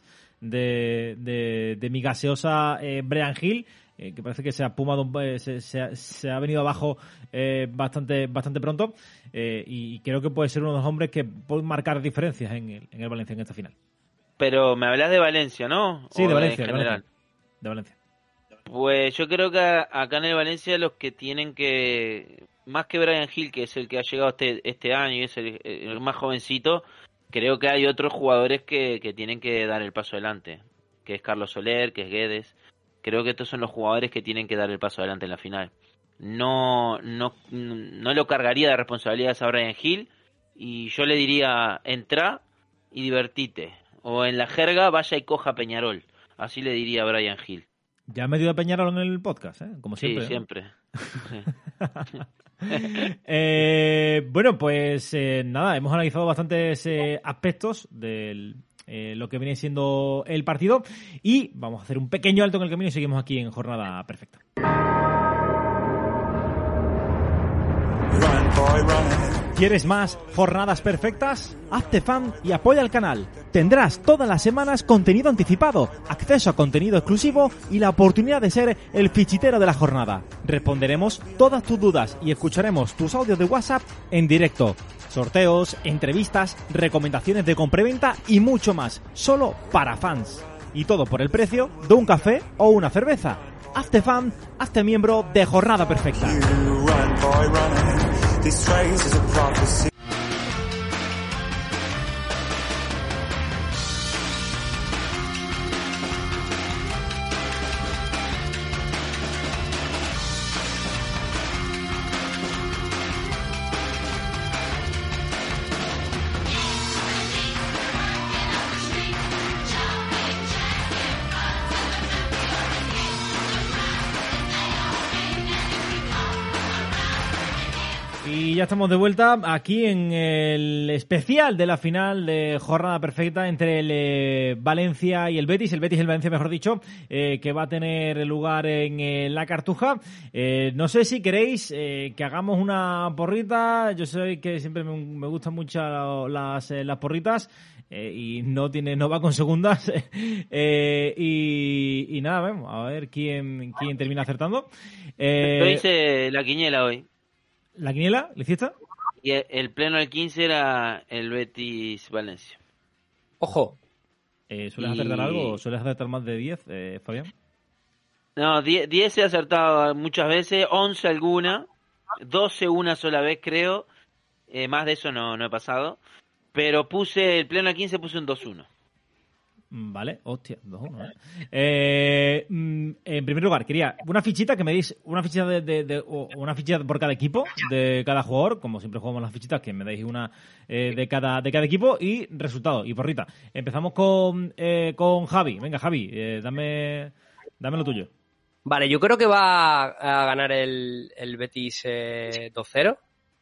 de mi gaseosa Bryan Gil, que parece que se ha pumado, se ha venido abajo bastante pronto, y creo que puede ser uno de los hombres que puede marcar diferencias en el Valencia en esta final. Pero me hablas de Valencia, ¿no? Sí, de Valencia, en general. De Valencia. Pues yo creo que acá en el Valencia los que tienen que, más que Bryan Gil, que es el que ha llegado este año y es el más jovencito, creo que hay otros jugadores que tienen que dar el paso adelante, que es Carlos Soler, que es Guedes. Creo que estos son los jugadores que tienen que dar el paso adelante en la final. No lo cargaría de responsabilidades a Bryan Gil y yo le diría, entra y divertite. O en la jerga, vaya y coja Peñarol. Así le diría a Bryan Gil. Ya me dio a Peñarol en el podcast, como siempre. Sí, siempre. Bueno, pues nada, hemos analizado bastantes aspectos de lo que viene siendo el partido y vamos a hacer un pequeño alto en el camino y seguimos aquí en Jornada Perfecta. ¿Quieres más jornadas perfectas? Hazte fan y apoya al canal. Tendrás todas las semanas contenido anticipado, acceso a contenido exclusivo y la oportunidad de ser el fichitero de la jornada. Responderemos todas tus dudas y escucharemos tus audios de WhatsApp en directo. Sorteos, entrevistas, recomendaciones de compraventa y mucho más, solo para fans. Y todo por el precio de un café o una cerveza. Hazte fan, hazte miembro de Jornada Perfecta. This phrase is a prophecy. Y ya estamos de vuelta aquí en el especial de la final de Jornada Perfecta entre el Valencia y el Betis. El Betis y el Valencia, mejor dicho, que va a tener lugar en la Cartuja. No sé si queréis que hagamos una porrita. Yo sé que siempre me gustan mucho las porritas. Y no va con segundas. Y nada, vamos a ver quién termina acertando. Yo hice la quiniela hoy. ¿La quiniela? ¿La hiciste? Y el pleno del 15 era el Betis-Valencia. Ojo. ¿Sueles acertar algo o sueles acertar más de 10, Fabián? No, 10 he acertado muchas veces, 11 alguna, 12 una sola vez creo, más de eso no he pasado, pero puse el pleno del 15, puse un 2-1. Vale, hostia, 2-1, en primer lugar, quería una fichita que me deis, una fichita una fichita por cada equipo, de cada jugador, como siempre jugamos las fichitas, que me deis una de cada equipo y resultado, y porrita. Empezamos con Javi. Venga, Javi, dame lo tuyo. Vale, yo creo que va a ganar el Betis 2-0.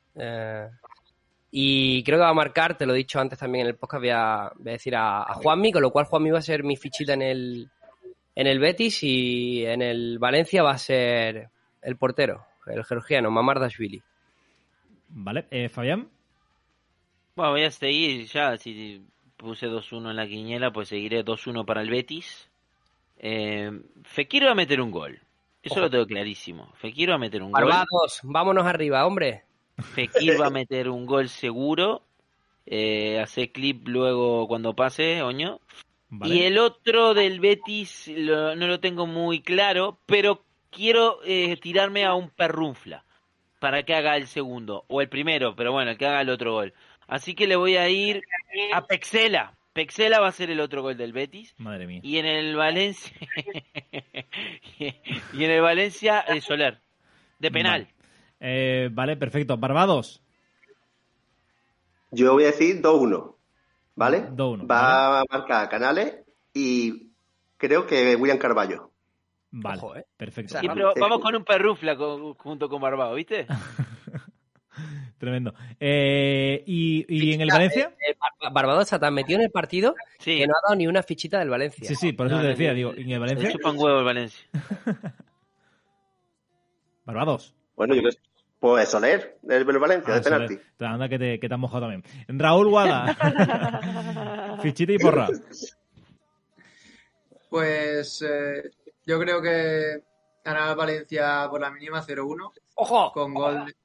Y creo que va a marcar, te lo he dicho antes también en el podcast, voy a decir a Juanmi, con lo cual Juanmi va a ser mi fichita en el Betis, y en el Valencia va a ser el portero, el georgiano, Mamardashvili. Vale, Fabián. Bueno, voy a seguir ya, si puse 2-1 en la quiniela, pues seguiré 2-1 para el Betis. Fekir va a meter un gol, eso lo tengo clarísimo. Fekir va a meter un gol. Barbados, vámonos arriba, hombre. Fekir va a meter un gol seguro. Hace clip luego cuando pase, Oño. Vale. Y el otro del Betis no lo tengo muy claro, pero quiero tirarme a un Perrunfla para que haga el segundo, o el primero, pero bueno, el que haga el otro gol. Así que le voy a ir a Pexela. Pexela va a ser el otro gol del Betis. Madre mía. Y en el Valencia Soler, de penal. Vale, perfecto. Barbados. Yo voy a decir 2-1, ¿vale? 2-1. Va a marcar Canales y creo que William Carballo. Vale, ojo, perfecto. Sí, pero vamos con un Perrufla junto con Barbados, ¿viste? Tremendo. ¿Y en el Valencia? Barbados está tan metido en el partido que no ha dado ni una fichita del Valencia. Sí, por eso te decía, digo, ¿en el Valencia? Se chupan huevo el Valencia. Barbados. Bueno, yo creo que pues Soler, del Valencia, de penalti. Anda que te has mojado también. Raúl Guada. Fichita y porra. Pues yo creo que ganará el Valencia por la mínima 0-1. ¡Ojo! Con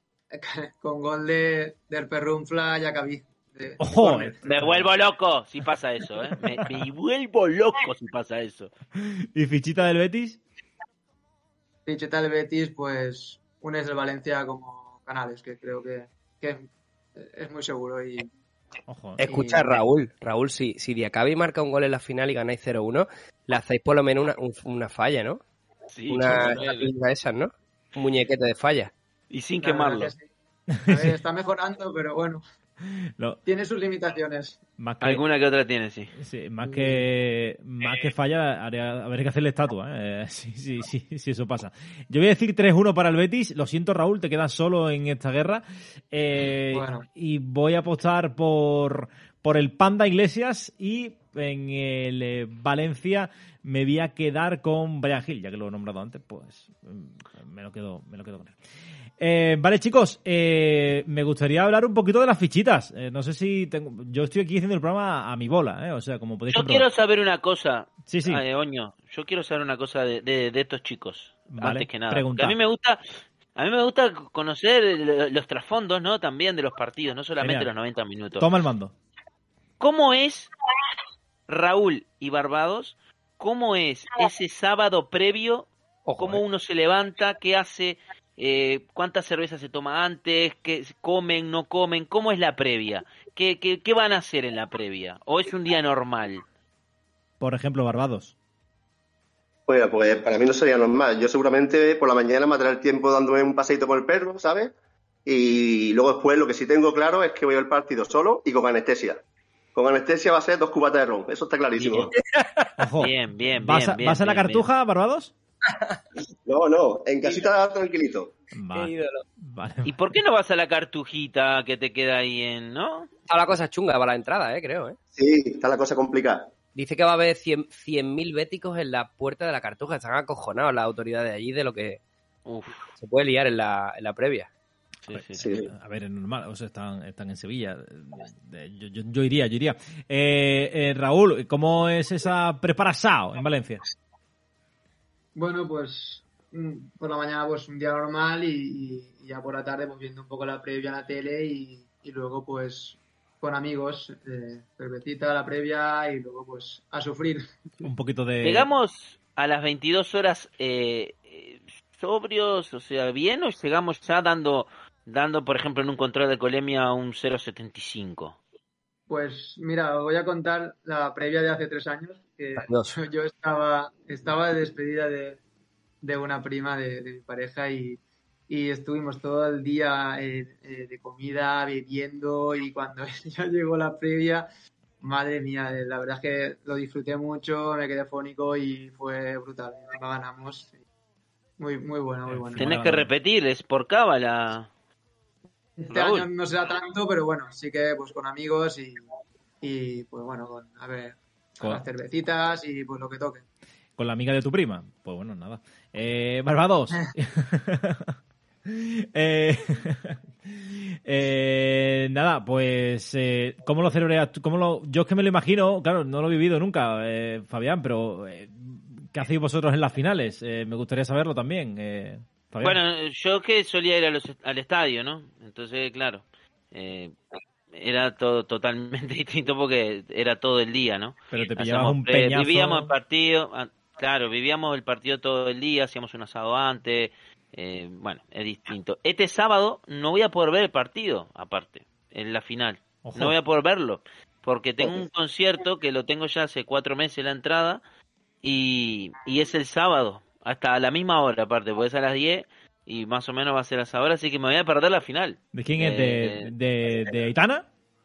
gol del Perrunfla Yacabí. ¡Ojo! Me vuelvo loco si pasa eso, ¿eh? Me vuelvo loco si pasa eso. ¿Y fichita del Betis? Fichita del Betis, pues unes el Valencia como Canales, que creo que es muy seguro. Ojo. Escucha, Raúl, si Diacabi marca un gol en la final y ganáis 0-1, le hacéis por lo menos una falla, ¿no? Sí, una de esas, ¿no? Un muñequete de falla. Y sin quemarlo. Sí. A ver, está mejorando, pero bueno. Tiene sus limitaciones. Alguna que otra tiene, sí. Sí, más que falla, habría que hacerle estatua, sí, eso pasa. Yo voy a decir 3-1 para el Betis. Lo siento, Raúl, te quedas solo en esta guerra. Bueno. Y voy a apostar por el Panda Iglesias, y en el Valencia me voy a quedar con Brian Hill, ya que lo he nombrado antes, pues me lo quedo con él. Vale, chicos, me gustaría hablar un poquito de las fichitas. No sé si yo estoy aquí haciendo el programa a mi bola, o sea, como podéis comprobar. Quiero saber una cosa, sí. Oño, yo quiero saber una cosa de estos chicos, vale, antes que nada. Pregunta. A mí me gusta conocer los trasfondos, ¿no? También de los partidos, no solamente los 90 minutos. Toma el mando. ¿Cómo es, Raúl y Barbados, cómo es ese sábado previo? ¿Cómo uno se levanta? ¿Qué hace? ¿Cuántas cervezas se toma antes? ¿Qué comen, no comen? ¿Cómo es la previa? ¿Qué van a hacer en la previa? ¿O es un día normal? Por ejemplo, Barbados. Bueno, pues para mí no sería normal. Yo seguramente por la mañana me daré el tiempo dándome un paseíto por el perro, ¿sabes? Y luego después lo que sí tengo claro es que voy al partido solo y con anestesia. Con anestesia va a ser 2 cubatas de ron, eso está clarísimo. Ojo. Bien. ¿Vas a la Cartuja, Barbados? No, en casita tranquilito. Vale. ¿Y por qué no vas a la Cartujita que te queda ahí no? Está la cosa chunga para la entrada, creo, Sí, está la cosa complicada. Dice que va a haber 100.000 béticos en la puerta de la Cartuja. Están acojonados las autoridades de allí de lo que se puede liar en la previa. Sí. A ver, es normal, o sea, están en Sevilla. Yo iría. Raúl, ¿cómo es esa preparación en Valencia? Bueno, pues por la mañana pues un día normal y ya por la tarde pues viendo un poco la previa en la tele y y luego pues con amigos, cervecita, la previa y luego pues a sufrir. Un poquito de... Llegamos a las 22 horas sobrios, o sea, bien, o llegamos ya dando, por ejemplo, en un control de alcoholemia un 0,75. Pues mira, os voy a contar la previa de hace 3 años, que yo estaba de despedida de una prima de mi pareja y estuvimos todo el día de comida, bebiendo, y cuando ya llegó la previa, madre mía, la verdad es que lo disfruté mucho, me quedé fónico y fue brutal. Ganamos. Muy bueno, muy bueno. Tenés que repetir, es por cábala. Este año no será tanto, pero bueno, sí que pues con amigos y pues bueno, con las cervecitas y pues lo que toque. ¿Con la amiga de tu prima? Pues bueno, nada. Barbados. Nada, pues ¿cómo lo celebras? Yo es que me lo imagino, claro, no lo he vivido nunca, Fabián, pero ¿qué hacéis vosotros en las finales? Me gustaría saberlo también, Fabián. Bueno, yo que solía ir al estadio, ¿no? Entonces, claro, era todo totalmente distinto porque era todo el día, ¿no? Pero te pillabas un peñazo... Vivíamos el partido, claro, vivíamos el partido todo el día, hacíamos un asado antes... bueno, es distinto. Este sábado no voy a poder ver el partido, aparte, en la final. Ojo. No voy a poder verlo, porque tengo un concierto que lo tengo ya hace 4 meses la entrada, y es el sábado, hasta la misma hora, aparte, porque es a las 10 y más o menos va a ser a esa hora, así que me voy a perder la final. ¿De quién es? ¿De Aitana?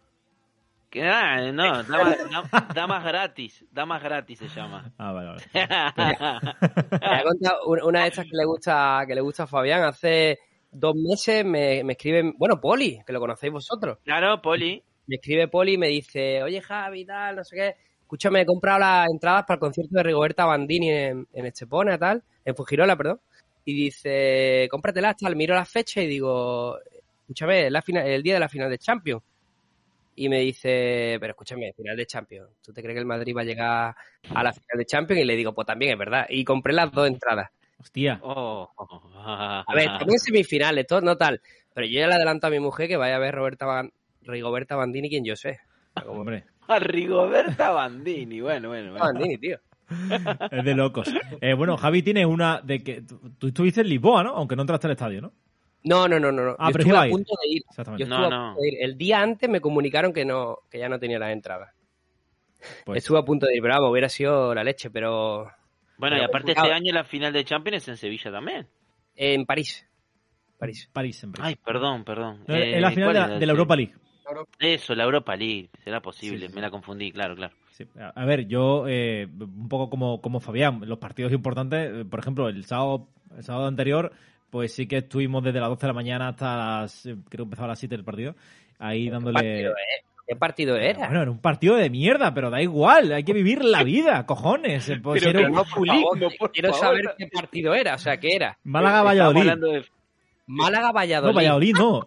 No, damas gratis se llama. Vale. Me ha contado una de estas que le gusta a Fabián. Hace 2 meses me escribe, bueno, Poli, que lo conocéis vosotros. Claro, Poli. Me escribe Poli y me dice, oye Javi, tal, no sé qué, escúchame, he comprado las entradas para el concierto de Rigoberta Bandini en Estepona, tal, en Fujirola, perdón, y dice, cómpratelas, tal, miro las fechas y digo, escúchame, el día de la final de Champions. Y me dice, pero escúchame, final de Champions, ¿tú te crees que el Madrid va a llegar a la final de Champions? Y le digo, pues también es verdad. Y compré las 2 entradas. Hostia. A ver, también semifinales, todo, no tal. Pero yo ya le adelanto a mi mujer que vaya a ver Rigoberta Bandini, quien yo sé. Hombre. A Rigoberta Bandini, bueno. Bandini, tío. Es de locos. Bueno, Javi tiene una de que... Tú estuviste en Lisboa, ¿no? Aunque no entraste al estadio, ¿no? No. Ah, yo pero estuve a punto de ir. Exactamente. Yo estuve a punto de ir. El día antes me comunicaron que ya no tenía las entradas. Pues... Estuve a punto de ir, pero vamos, hubiera sido la leche, pero... Bueno, y aparte este año la final de Champions es en Sevilla también. En París. Ay, perdón. Es la final de la Europa League. Eso, la Europa League. Será posible, sí. Me la confundí, claro. Sí. A ver, yo, un poco como Fabián, los partidos importantes, por ejemplo, el sábado anterior... Pues sí que estuvimos desde las 12 de la mañana hasta creo que empezaba a las 7 el partido, ahí dándole... ¿Qué partido era? Bueno, era un partido de mierda, pero da igual, hay que vivir la vida, cojones. Pero no, quiero saber qué partido era, o sea, ¿qué era? Málaga-Valladolid. Málaga-Valladolid. No, Valladolid no.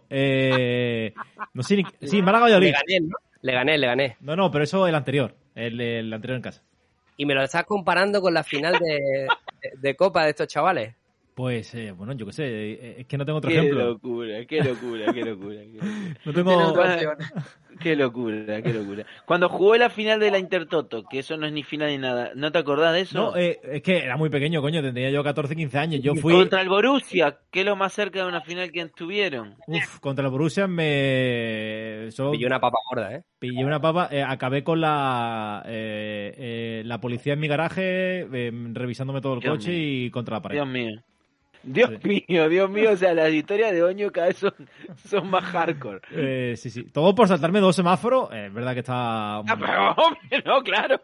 No sé ni... Sí, Málaga-Valladolid. Le gané. No, pero eso el anterior en casa. ¿Y me lo estás comparando con la final de Copa de estos chavales? Pues, bueno, yo qué sé, es que no tengo otro ejemplo. Qué locura. No tengo... Qué locura. Cuando jugó la final de la Intertoto, que eso no es ni final ni nada, ¿no te acordás de eso? No, es que era muy pequeño, coño, tendría yo 14, 15 años. Yo fui... Contra el Borussia, que es lo más cerca de una final que estuvieron. Contra el Borussia Pillé una papa gorda, ¿eh? Pillé una papa, acabé con la policía en mi garaje, revisándome todo el coche y contra la pared. Dios mío, o sea, las historias de Oño cada vez son más hardcore. Sí. Todo por saltarme 2 semáforos, es verdad que está... pero hombre, no, claro.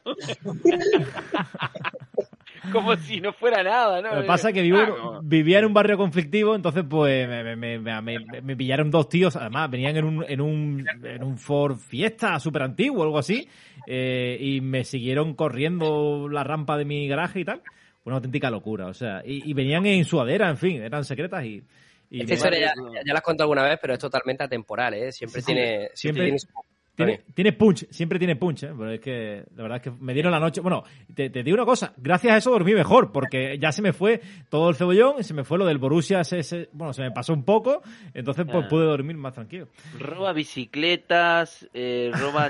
Como si no fuera nada, ¿no? Lo que pasa es que vivía en un barrio conflictivo, entonces pues me pillaron 2 tíos, además venían en un Ford Fiesta súper antiguo o algo así, y me siguieron corriendo la rampa de mi garaje y tal. Una auténtica locura, o sea, y venían en sudadera, en fin, eran secretas y esta historia ya la has contado alguna vez, pero es totalmente atemporal, ¿eh? Siempre tiene Tiene punch, siempre tiene punch, ¿eh? Pero es que la verdad es que me dieron la noche. Bueno, te digo una cosa, gracias a eso dormí mejor, porque ya se me fue todo el cebollón, se me fue lo del Borussia, se me pasó un poco, entonces pues pude dormir más tranquilo. Roba bicicletas, roba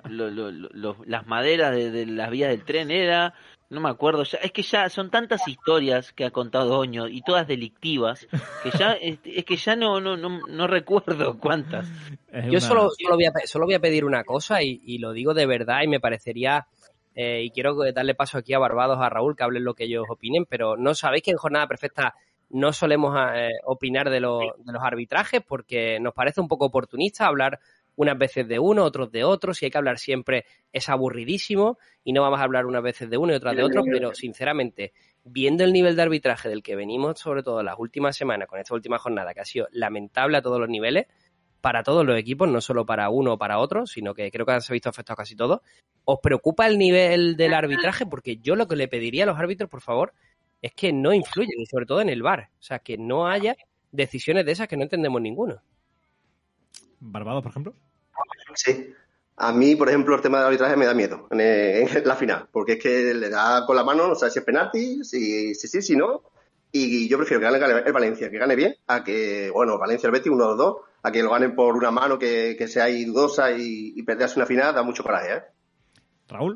las maderas de las vías del tren, no me acuerdo, es que ya son tantas historias que ha contado Oño y todas delictivas que ya es que ya no recuerdo cuántas. Yo solo voy a pedir una cosa y lo digo de verdad y me parecería y quiero darle paso aquí a Barbados, a Raúl, que hablen lo que ellos opinen, pero no sabéis que en Jornada Perfecta no solemos opinar de los arbitrajes porque nos parece un poco oportunista hablar unas veces de uno, otros de otro. Si hay que hablar siempre es aburridísimo y no vamos a hablar unas veces de uno y otras de otro, pero sinceramente, viendo el nivel de arbitraje del que venimos, sobre todo las últimas semanas, con esta última jornada, que ha sido lamentable a todos los niveles, para todos los equipos, no solo para uno o para otro, sino que creo que se ha visto afectados casi todos. ¿Os preocupa el nivel del arbitraje? Porque yo lo que le pediría a los árbitros, por favor, es que no influyen, y sobre todo en el VAR. O sea, que no haya decisiones de esas que no entendemos ninguno. ¿Barbados, por ejemplo? Sí. A mí, por ejemplo, el tema del arbitraje me da miedo en la final, porque es que le da con la mano, no sabes si es penalti, si no. Y yo prefiero que gane el Valencia, que gane bien, a que, bueno, Valencia, el Betis, 1-2, a que lo ganen por una mano que sea ahí dudosa y perderse una final da mucho coraje, ¿eh? ¿Raúl?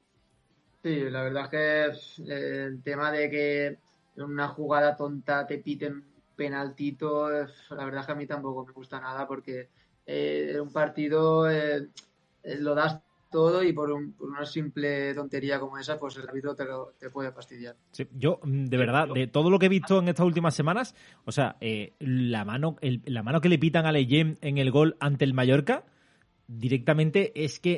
Sí, la verdad es que el tema de que en una jugada tonta te piten penaltito, la verdad es que a mí tampoco me gusta nada porque un partido lo das todo y por una simple tontería como esa, pues el árbitro te puede fastidiar. Sí, yo, de verdad, de todo lo que he visto en estas últimas semanas, o sea, la mano que le pitan a Leyen en el gol ante el Mallorca, directamente es que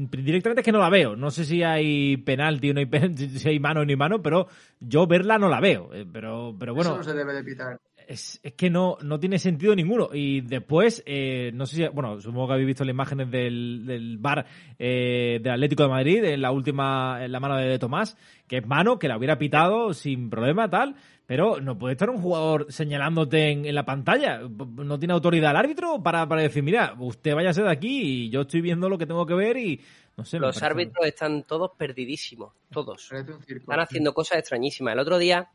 no la veo. No sé si hay penalti o no hay penalti, si hay mano o no hay mano, pero yo verla no la veo. Pero bueno. Eso no se debe de pitar. Es que no tiene sentido ninguno. Y después, no sé si... Bueno, supongo que habéis visto las imágenes del VAR del Atlético de Madrid, en la mano de Tomás, que es mano, que la hubiera pitado sin problema, tal, pero no puede estar un jugador señalándote en la pantalla. No tiene autoridad el árbitro para decir, mira, usted váyase de aquí y yo estoy viendo lo que tengo que ver y... No sé, los árbitros están todos perdidísimos, todos. Están haciendo cosas extrañísimas. El otro día...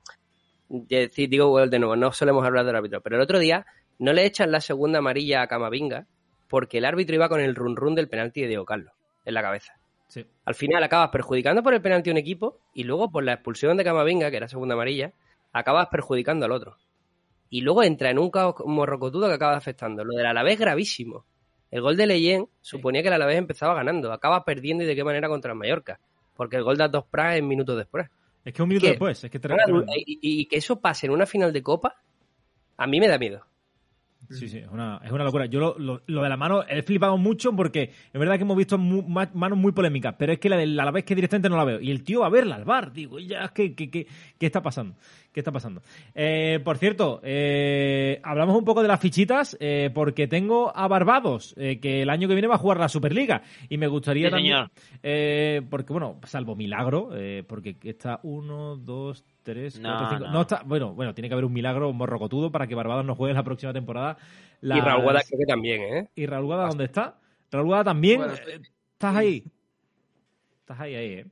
Digo de nuevo, no solemos hablar del árbitro, pero el otro día no le echan la segunda amarilla a Camavinga porque el árbitro iba con el run del penalti de Diego Carlos en la cabeza. Sí. Al final acabas perjudicando por el penalti a un equipo y luego por la expulsión de Camavinga, que era segunda amarilla, acabas perjudicando al otro. Y luego entra en un caos morrocotudo que acaba afectando. Lo del Alavés gravísimo. El gol de Leyen suponía que el Alavés empezaba ganando, acaba perdiendo y de qué manera contra el Mallorca, porque el gol de Dos Pras es minutos después. Es que un minuto después, es que y que eso pase en una final de Copa, a mí me da miedo. Sí, es una locura. Yo lo de la mano he flipado mucho porque es verdad que hemos visto manos muy polémicas, pero es que la de la vez que directamente no la veo. Y el tío va a verla al VAR, digo, ya, ¿qué está pasando? ¿Qué está pasando? Por cierto, hablamos un poco de las fichitas porque tengo a Barbados, que el año que viene va a jugar la Superliga y me gustaría también... porque, bueno, salvo milagro, porque está 1, 2, 3, 4, 5... No está... Bueno, tiene que haber un milagro morrocotudo para que Barbados no juegue la próxima temporada. Y Raúl Guada creo que también, ¿eh? ¿Y Raúl Guada dónde está? Raúl Guada también... Bueno, ¿estás ahí? Estás ahí,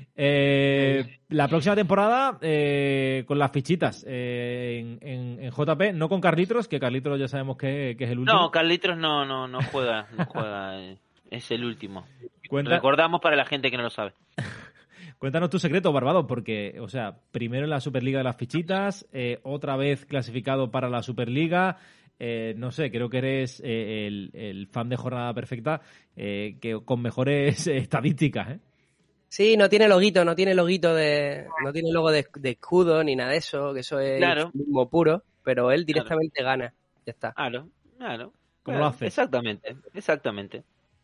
la próxima temporada con las fichitas en JP, no con Carlitos, que Carlitos ya sabemos que es el último. No, Carlitos no juega, es el último. Recordamos para la gente que no lo sabe. Cuéntanos tu secreto, Barbados, porque, o sea, primero en la Superliga de las fichitas, otra vez clasificado para la Superliga, no sé, creo que eres el fan de Jornada Perfecta que con mejores estadísticas, ¿eh? Sí, no tiene loguito no tiene logo de escudo ni nada de eso, que eso es mismo puro, pero él directamente gana, ya está. Claro. ¿Cómo lo hace? Exactamente.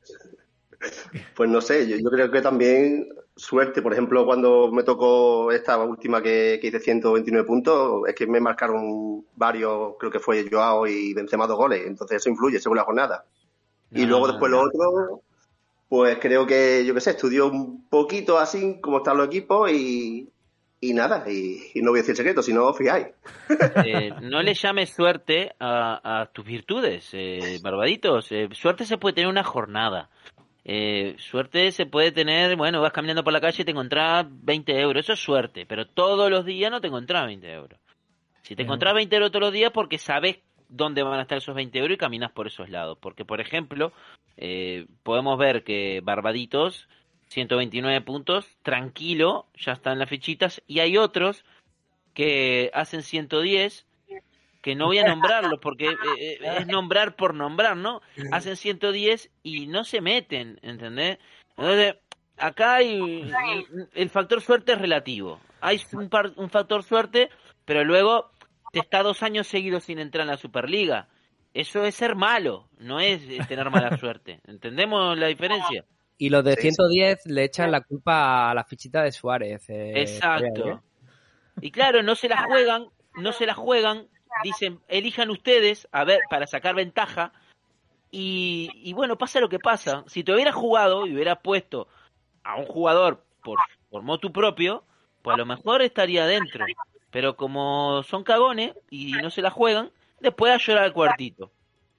Pues no sé, yo creo que también suerte, por ejemplo, cuando me tocó esta última que hice 129 puntos, es que me marcaron varios, creo que fue Joao y Benzema 2 goles, entonces eso influye según la jornada. Y luego después lo otro... Pues creo que, yo qué sé, estudió un poquito así cómo están los equipos y nada, y no voy a decir secreto, si no os fijáis. No le llames suerte a tus virtudes, Barbaditos. Suerte se puede tener una jornada. Suerte se puede tener, bueno, vas caminando por la calle y te encontrás 20 euros, eso es suerte, pero todos los días no te encontrás 20 euros. Si te encontrás 20 euros todos los días, porque sabes dónde van a estar esos 20 euros y caminas por esos lados. Porque, por ejemplo, podemos ver que Barbaditos, 129 puntos, tranquilo, ya están las fichitas, y hay otros que hacen 110, que no voy a nombrarlos porque es nombrar por nombrar, ¿no? Hacen 110 y no se meten, ¿entendés? Entonces, acá hay el factor suerte es relativo. Hay un factor suerte, pero luego te está 2 años seguidos sin entrar en la Superliga. Eso es ser malo, no es tener mala suerte. ¿Entendemos la diferencia? Y los de 110 le echan la culpa a la fichita de Suárez. Exacto. Y claro, no se la juegan, dicen, elijan ustedes, a ver, para sacar ventaja, y bueno, pasa lo que pasa. Si te hubieras jugado y hubieras puesto a un jugador por motu propio, pues a lo mejor estaría dentro. Pero como son cagones y no se la juegan, después a llorar al cuartito.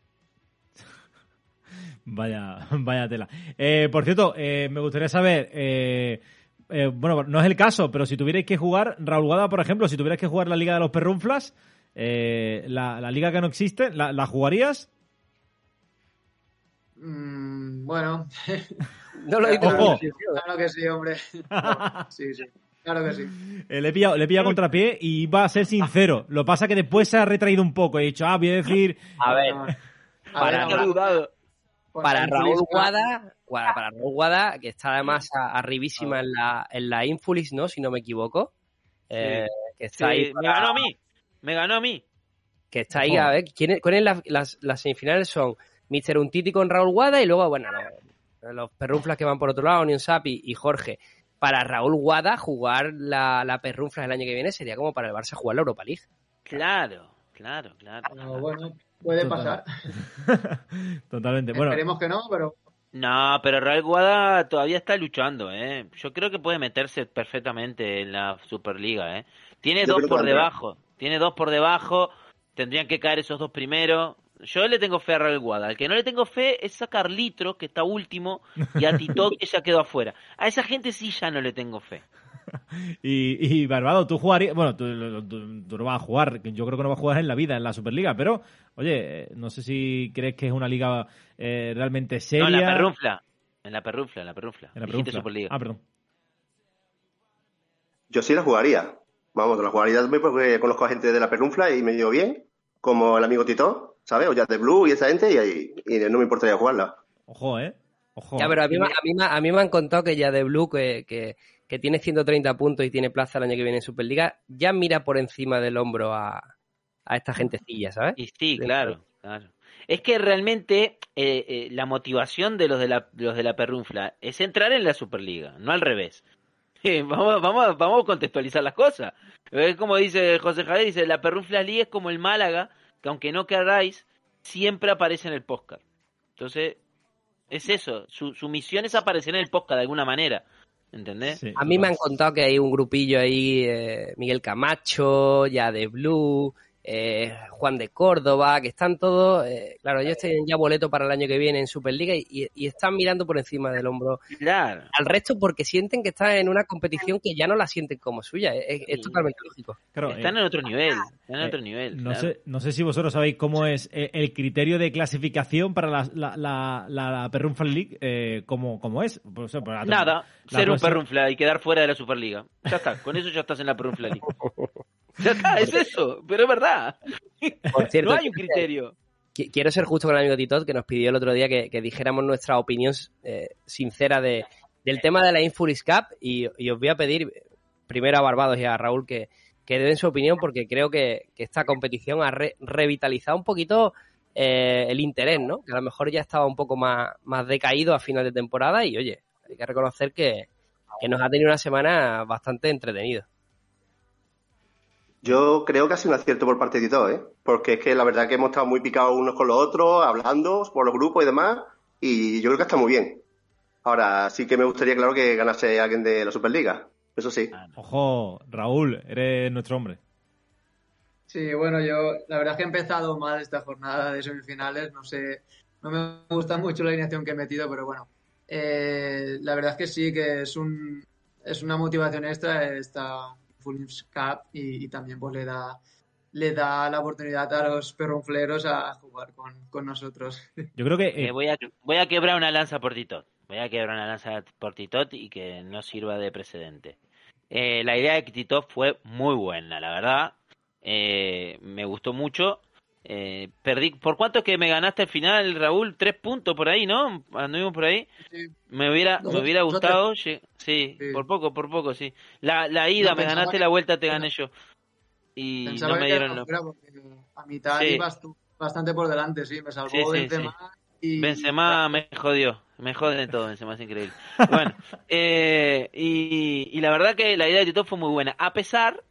Vaya tela. Por cierto, me gustaría saber, bueno, no es el caso, pero si tuvierais que jugar, Raúl Guada, por ejemplo, si tuvierais que jugar la Liga de los Perrunflas, la liga que no existe, ¿la jugarías? Bueno. No lo dices. Ojo. Claro que sí, hombre. Sí. Claro que sí. Le he pillado contrapié y iba a ser sincero. Lo pasa que después se ha retraído un poco. He dicho, voy a decir... A ver, para Raúl Guada, que está además arribísima en la Infulis, ¿no? Si no me equivoco. Que está ahí me ganó a mí. Que está ahí, a ver, ¿cuáles las semifinales son? Mr. Untiti con Raúl Guada y luego, bueno, los perrunflas que van por otro lado, Unión Sapi y Jorge. Para Raúl Guada jugar la perrunflas el año que viene sería como para el Barça jugar la Europa League. Claro. No, bueno, puede pasar. Totalmente. Bueno, esperemos que no, pero... No, pero Raúl Guada todavía está luchando, ¿eh? Yo creo que puede meterse perfectamente en la Superliga, ¿eh? Tiene 2 por debajo. Tendrían que caer esos 2 primeros. Yo le tengo fe a Raúl Guada. Al que no le tengo fe es a Carlitos, que está último, y a Tito, que ya quedó afuera. A esa gente sí ya no le tengo fe. Y Barbado, tú jugarías... Bueno, tú no vas a jugar, yo creo que no vas a jugar en la vida, en la Superliga, pero, oye, no sé si crees que es una liga realmente seria. No, en la perrunfla. Dijiste Superliga. Ah, perdón. Yo sí la jugaría. Vamos, la jugaría también porque conozco a gente de la perrunfla y me llevo bien, como el amigo Tito, ¿sabes? O Jazz de Blue y esa gente, y no me importaría jugarla. Ojo, Ojo. Ya, pero a mí me han contado que ya de Blue, que tiene 130 puntos y tiene plaza el año que viene en Superliga, ya mira por encima del hombro a esta gentecilla, ¿sabes? Y sí, claro. Es que realmente la motivación de los de la perrunfla es entrar en la Superliga, no al revés. Vamos a contextualizar las cosas. Es como dice José Javier, dice, la perrunfla League es como el Málaga, que aunque no queráis, siempre aparece en el podcast. Entonces, es eso, su misión es aparecer en el podcast de alguna manera. ¿Entendés? Sí, a mí me han contado que hay un grupillo ahí, Miguel Camacho, ya de Blue, Juan de Córdoba, que están todos, claro, ellos tienen ya boleto para el año que viene en Superliga y están mirando por encima del hombro al resto porque sienten que están en una competición que ya no la sienten como suya, es totalmente lógico. Claro, están en otro nivel, No sé si vosotros sabéis cómo es el criterio de clasificación para la Perrunfla League, cómo es. Nada, ser un Perrunfla y quedar fuera de la Superliga. Ya está, con eso ya estás en la Perrunfla League. Ya está, es eso, pero es verdad. Por cierto, no hay un criterio. Quiero ser justo con el amigo Titot, que nos pidió el otro día que dijéramos nuestra opinión sincera del tema de la Infuris Cup y os voy a pedir primero a Barbados y a Raúl que den su opinión porque creo que esta competición ha revitalizado un poquito el interés, ¿no? Que a lo mejor ya estaba un poco más decaído a final de temporada y, oye, hay que reconocer que nos ha tenido una semana bastante entretenida. Yo creo que ha sido un acierto por parte de todos, porque es que la verdad que hemos estado muy picados unos con los otros, hablando por los grupos y demás, y yo creo que está muy bien. Ahora, sí que me gustaría, claro, que ganase alguien de la Superliga, eso sí. Ojo, Raúl, eres nuestro hombre. Sí, bueno, yo la verdad es que he empezado mal esta jornada de semifinales, no sé, no me gusta mucho la alineación que he metido, pero bueno, La verdad es que sí, que es una motivación extra esta InfoLinks Cup y también pues le da la oportunidad a los perrunfleros a jugar con nosotros. Yo creo que... Voy a quebrar una lanza por Titot. Voy a quebrar una lanza por Titot y que no sirva de precedente. La idea de Titot fue muy buena, la verdad. Me gustó mucho. Perdí. ¿Por cuánto que me ganaste al final, Raúl? 3 puntos por ahí, ¿no? Anduvimos por ahí. Sí. Me hubiera gustado. Sí, por poco, sí. La ida me ganaste, la vuelta te gané yo. Y pensaba no me que dieron era porque a mitad ibas tú bastante por delante, sí, me salvó Benzema. Y... Benzema me jodió, me jode todo, Benzema es increíble. Bueno, y la verdad que la idea de Tito fue muy buena, a pesar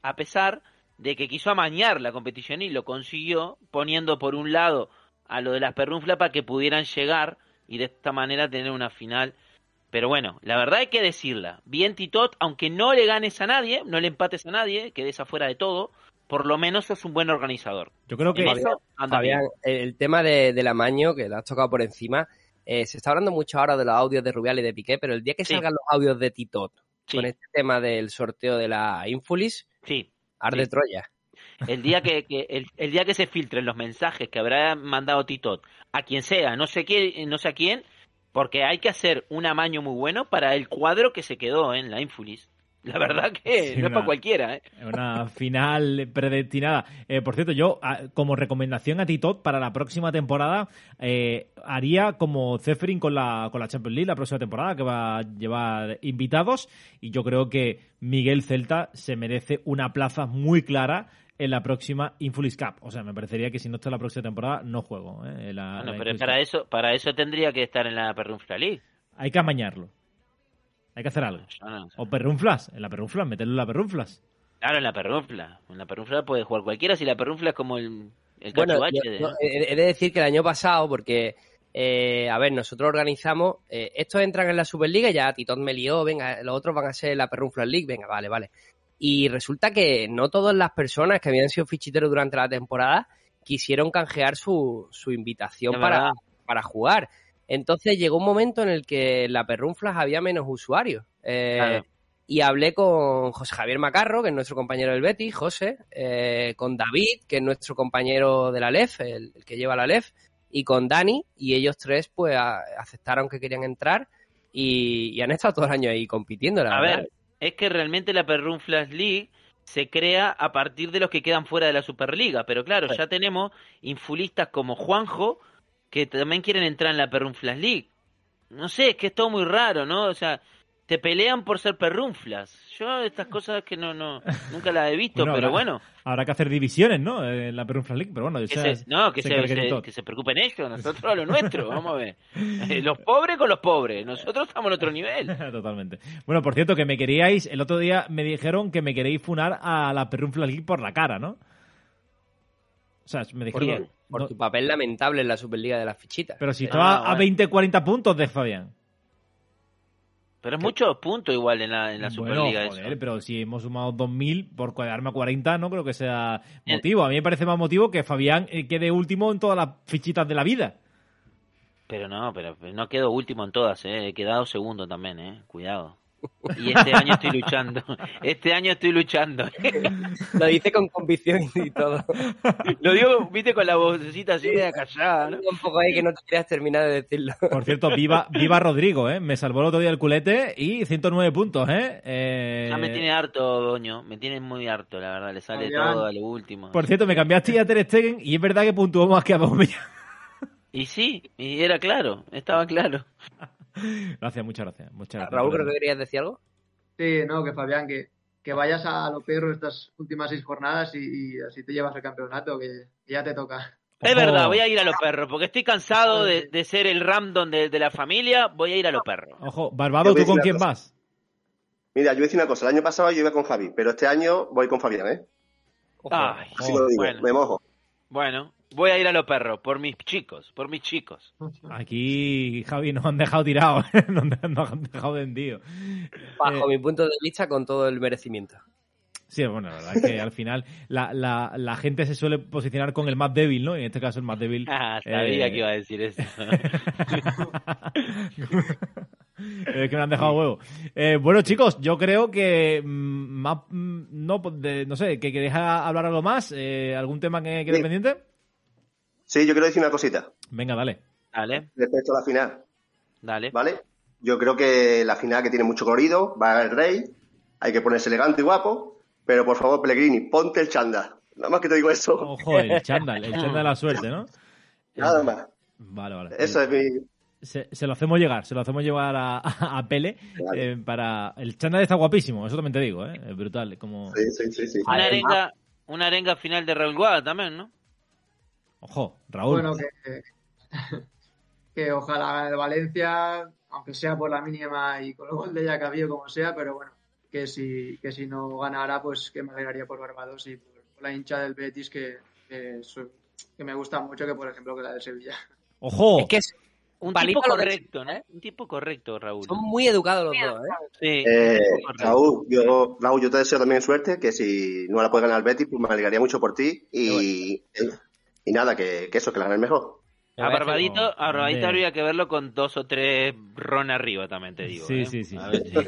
de que quiso amañar la competición y lo consiguió poniendo por un lado a lo de las perrunflas para que pudieran llegar y de esta manera tener una final. Pero bueno, la verdad hay que decirla, bien Titot, aunque no le ganes a nadie, no le empates a nadie, quedes afuera de todo, por lo menos sos un buen organizador. Yo creo que... Fabián, el tema del amaño, que lo has tocado por encima, se está hablando mucho ahora de los audios de Rubiales y de Piqué, pero el día que salgan los audios de Titot con este tema del sorteo de la Infolis, arde Troya. El día que se filtren los mensajes que habrá mandado Titot a quien sea, no sé a quién, porque hay que hacer un amaño muy bueno para el cuadro que se quedó en la Infolis. La verdad que no es para cualquiera, ¿eh? Una final predestinada. Por cierto, yo, como recomendación a Titot para la próxima temporada, haría como Ceferin con la Champions League la próxima temporada, que va a llevar invitados. Y yo creo que Miguel Celta se merece una plaza muy clara en la próxima Infolis Cup. O sea, me parecería que si no está en la próxima temporada, no juego. Pero para eso tendría que estar en la Perrunfla League. Hay que amañarlo. Hay que hacer algo. O perrunflas. En la perrunflas, meterlo en la perrunflas. Claro, en la perrunfla. En la perrunfla puede jugar cualquiera si la perrunfla es como el cachuache. He de decir que el año pasado, porque, nosotros organizamos, estos entran en la Superliga, ya Titot me lió, venga, los otros van a ser la Perrunfla League, venga, vale. Y resulta que no todas las personas que habían sido fichiteros durante la temporada quisieron canjear su invitación para jugar. Entonces llegó un momento en el que en la Perrunflas había menos usuarios. Claro. Y hablé con José Javier Macarro, que es nuestro compañero del Betis, José, con David, que es nuestro compañero de la LEF, el que lleva la LEF, y con Dani, y ellos tres pues aceptaron que querían entrar y han estado todo el año ahí compitiendo, la verdad. A ver, es que realmente la Perrunflas League se crea a partir de los que quedan fuera de la Superliga, pero claro, ya tenemos infulistas como Juanjo, que también quieren entrar en la Perrunflas League. No sé, es que es todo muy raro, ¿no? O sea, te pelean por ser perrunflas. Yo estas cosas que nunca las he visto, pero bueno. Habrá que hacer divisiones, ¿no? En la Perrunflas League, pero bueno. Que se preocupen ellos, nosotros a lo nuestro, vamos a ver. Los pobres con los pobres, nosotros estamos en otro nivel. Totalmente. Bueno, por cierto, que me queríais, el otro día me dijeron que me queréis funar a la Perrunflas League por la cara, ¿no? O sea, me dijeron... Por tu papel lamentable en la Superliga de las fichitas. Pero si estaba a 20-40 puntos de Fabián. Pero es muchos puntos igual en la Superliga. Bueno, joder, pero si hemos sumado 2.000 por quedarme a 40, no creo que sea motivo. A mí me parece más motivo que Fabián quede último en todas las fichitas de la vida. Pero no quedo último en todas, he quedado segundo también, cuidado. Y este año estoy luchando. Lo dice con convicción y todo. Lo digo, viste, con la vocecita así de callada, ¿no? Un poco ahí que no te querías terminar de decirlo. Por cierto, viva Rodrigo, me salvó el otro día el culete y 109 puntos, Ya me tiene harto, Doño, me tiene muy harto, la verdad, le sale todo a lo último. Por cierto, me cambiaste ya a Ter Stegen y es verdad que puntuó más que a Aubameyang. Y sí, y era claro, estaba claro. Gracias, muchas gracias. Raúl, creo que querías decir algo. Sí, no, que Fabián, que vayas a lo perro estas últimas 6 jornadas y así te llevas el campeonato, que ya te toca. Es verdad, voy a ir a los perros, porque estoy cansado de ser el random de la familia, voy a ir a los perros. Ojo, Barbado, ¿tú con quién vas? Mira, yo voy a decir una cosa, el año pasado yo iba con Javi, pero este año voy con Fabián, Ay, así lo digo, me mojo. Bueno, voy a ir a los perros, por mis chicos. Aquí, Javi, nos han dejado tirados, nos han dejado vendidos. Bajo mi punto de vista, con todo el merecimiento. Sí, bueno, la verdad es que al final la gente se suele posicionar con el más débil, ¿no? Y en este caso el más débil... Sabía que iba a decir eso. Es que me han dejado huevo. Bueno, chicos, yo creo que no sé, que deja hablar algo más. ¿Algún tema que quede pendiente? Sí, yo quiero decir una cosita. Venga, dale. Respecto a la final. Dale. ¿Vale? Yo creo que la final, que tiene mucho colorido, va el rey, hay que ponerse elegante y guapo, pero por favor, Pellegrini, ponte el chándal. Nada más que te digo eso. Ojo, el chándal de la suerte, ¿no? Nada más. Vale. Eso es mi... Se lo hacemos llegar a Pele. Claro. Para el chándal está guapísimo, eso también te digo, es brutal. Como... Sí. Una arenga final de Raúl Guada también, ¿no? Ojo, Raúl. Bueno, que ojalá gane el Valencia, aunque sea por la mínima y con el gol de Jacabio, como sea, pero bueno, que si no ganara, pues que me alegraría por Barbados y por la hincha del Betis, que me gusta mucho, que por ejemplo que la del Sevilla. ¡Ojo! Es que es un tipo correcto, ¿no? Un tipo correcto, Raúl. Son muy educados los dos, Sí. Raúl, yo te deseo también suerte, que si no la puede ganar el Betis, pues me alegraría mucho por ti y nada, que eso, que la gane el mejor. A Barbadito habría que verlo con 2 o 3 ron arriba, también te digo. Sí. A ver si...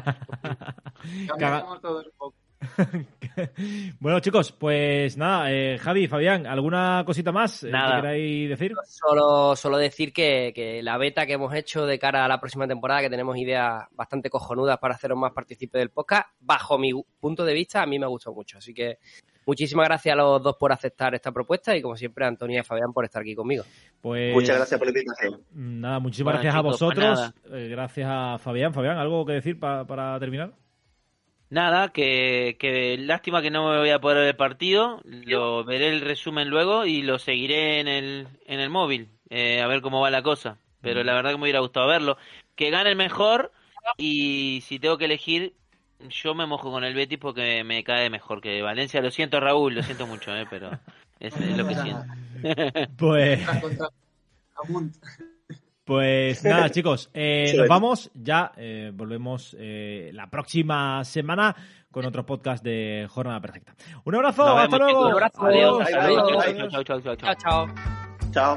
todos un poco. Bueno, chicos, pues nada, Javi, Fabián, ¿alguna cosita más que queráis decir? Solo decir que la beta que hemos hecho de cara a la próxima temporada, que tenemos ideas bastante cojonudas para haceros más partícipes del podcast, bajo mi punto de vista, a mí me ha gustado mucho. Así que muchísimas gracias a los dos por aceptar esta propuesta y, como siempre, a Antonio y a Fabián por estar aquí conmigo. Pues muchas gracias por la invitación. Nada, muchísimas gracias, chicos, a vosotros. Gracias a Fabián. Fabián, ¿algo que decir para terminar? Nada, que lástima que no me voy a poder ver el partido. Lo veré el resumen luego y lo seguiré en el móvil, a ver cómo va la cosa. Pero la verdad que me hubiera gustado verlo. Que gane el mejor, y si tengo que elegir, yo me mojo con el Betis porque me cae mejor que Valencia. Lo siento, Raúl, lo siento mucho, pero es lo que siento. Pues nada, chicos, nos vamos. Ya volvemos la próxima semana con otro podcast de Jornada Perfecta. Un abrazo, hasta luego. Un abrazo, adiós. Chao.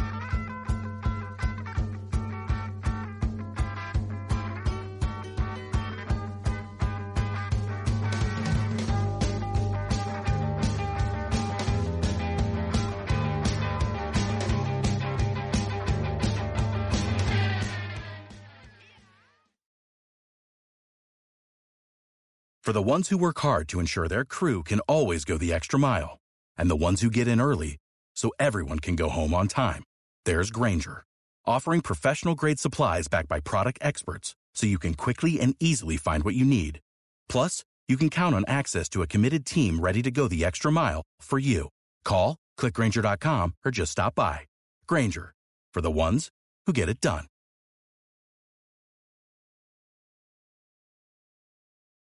For the ones who work hard to ensure their crew can always go the extra mile, and the ones who get in early so everyone can go home on time, there's Grainger, offering professional-grade supplies backed by product experts so you can quickly and easily find what you need. Plus, you can count on access to a committed team ready to go the extra mile for you. Call, click Grainger.com, or just stop by. Grainger, for the ones who get it done.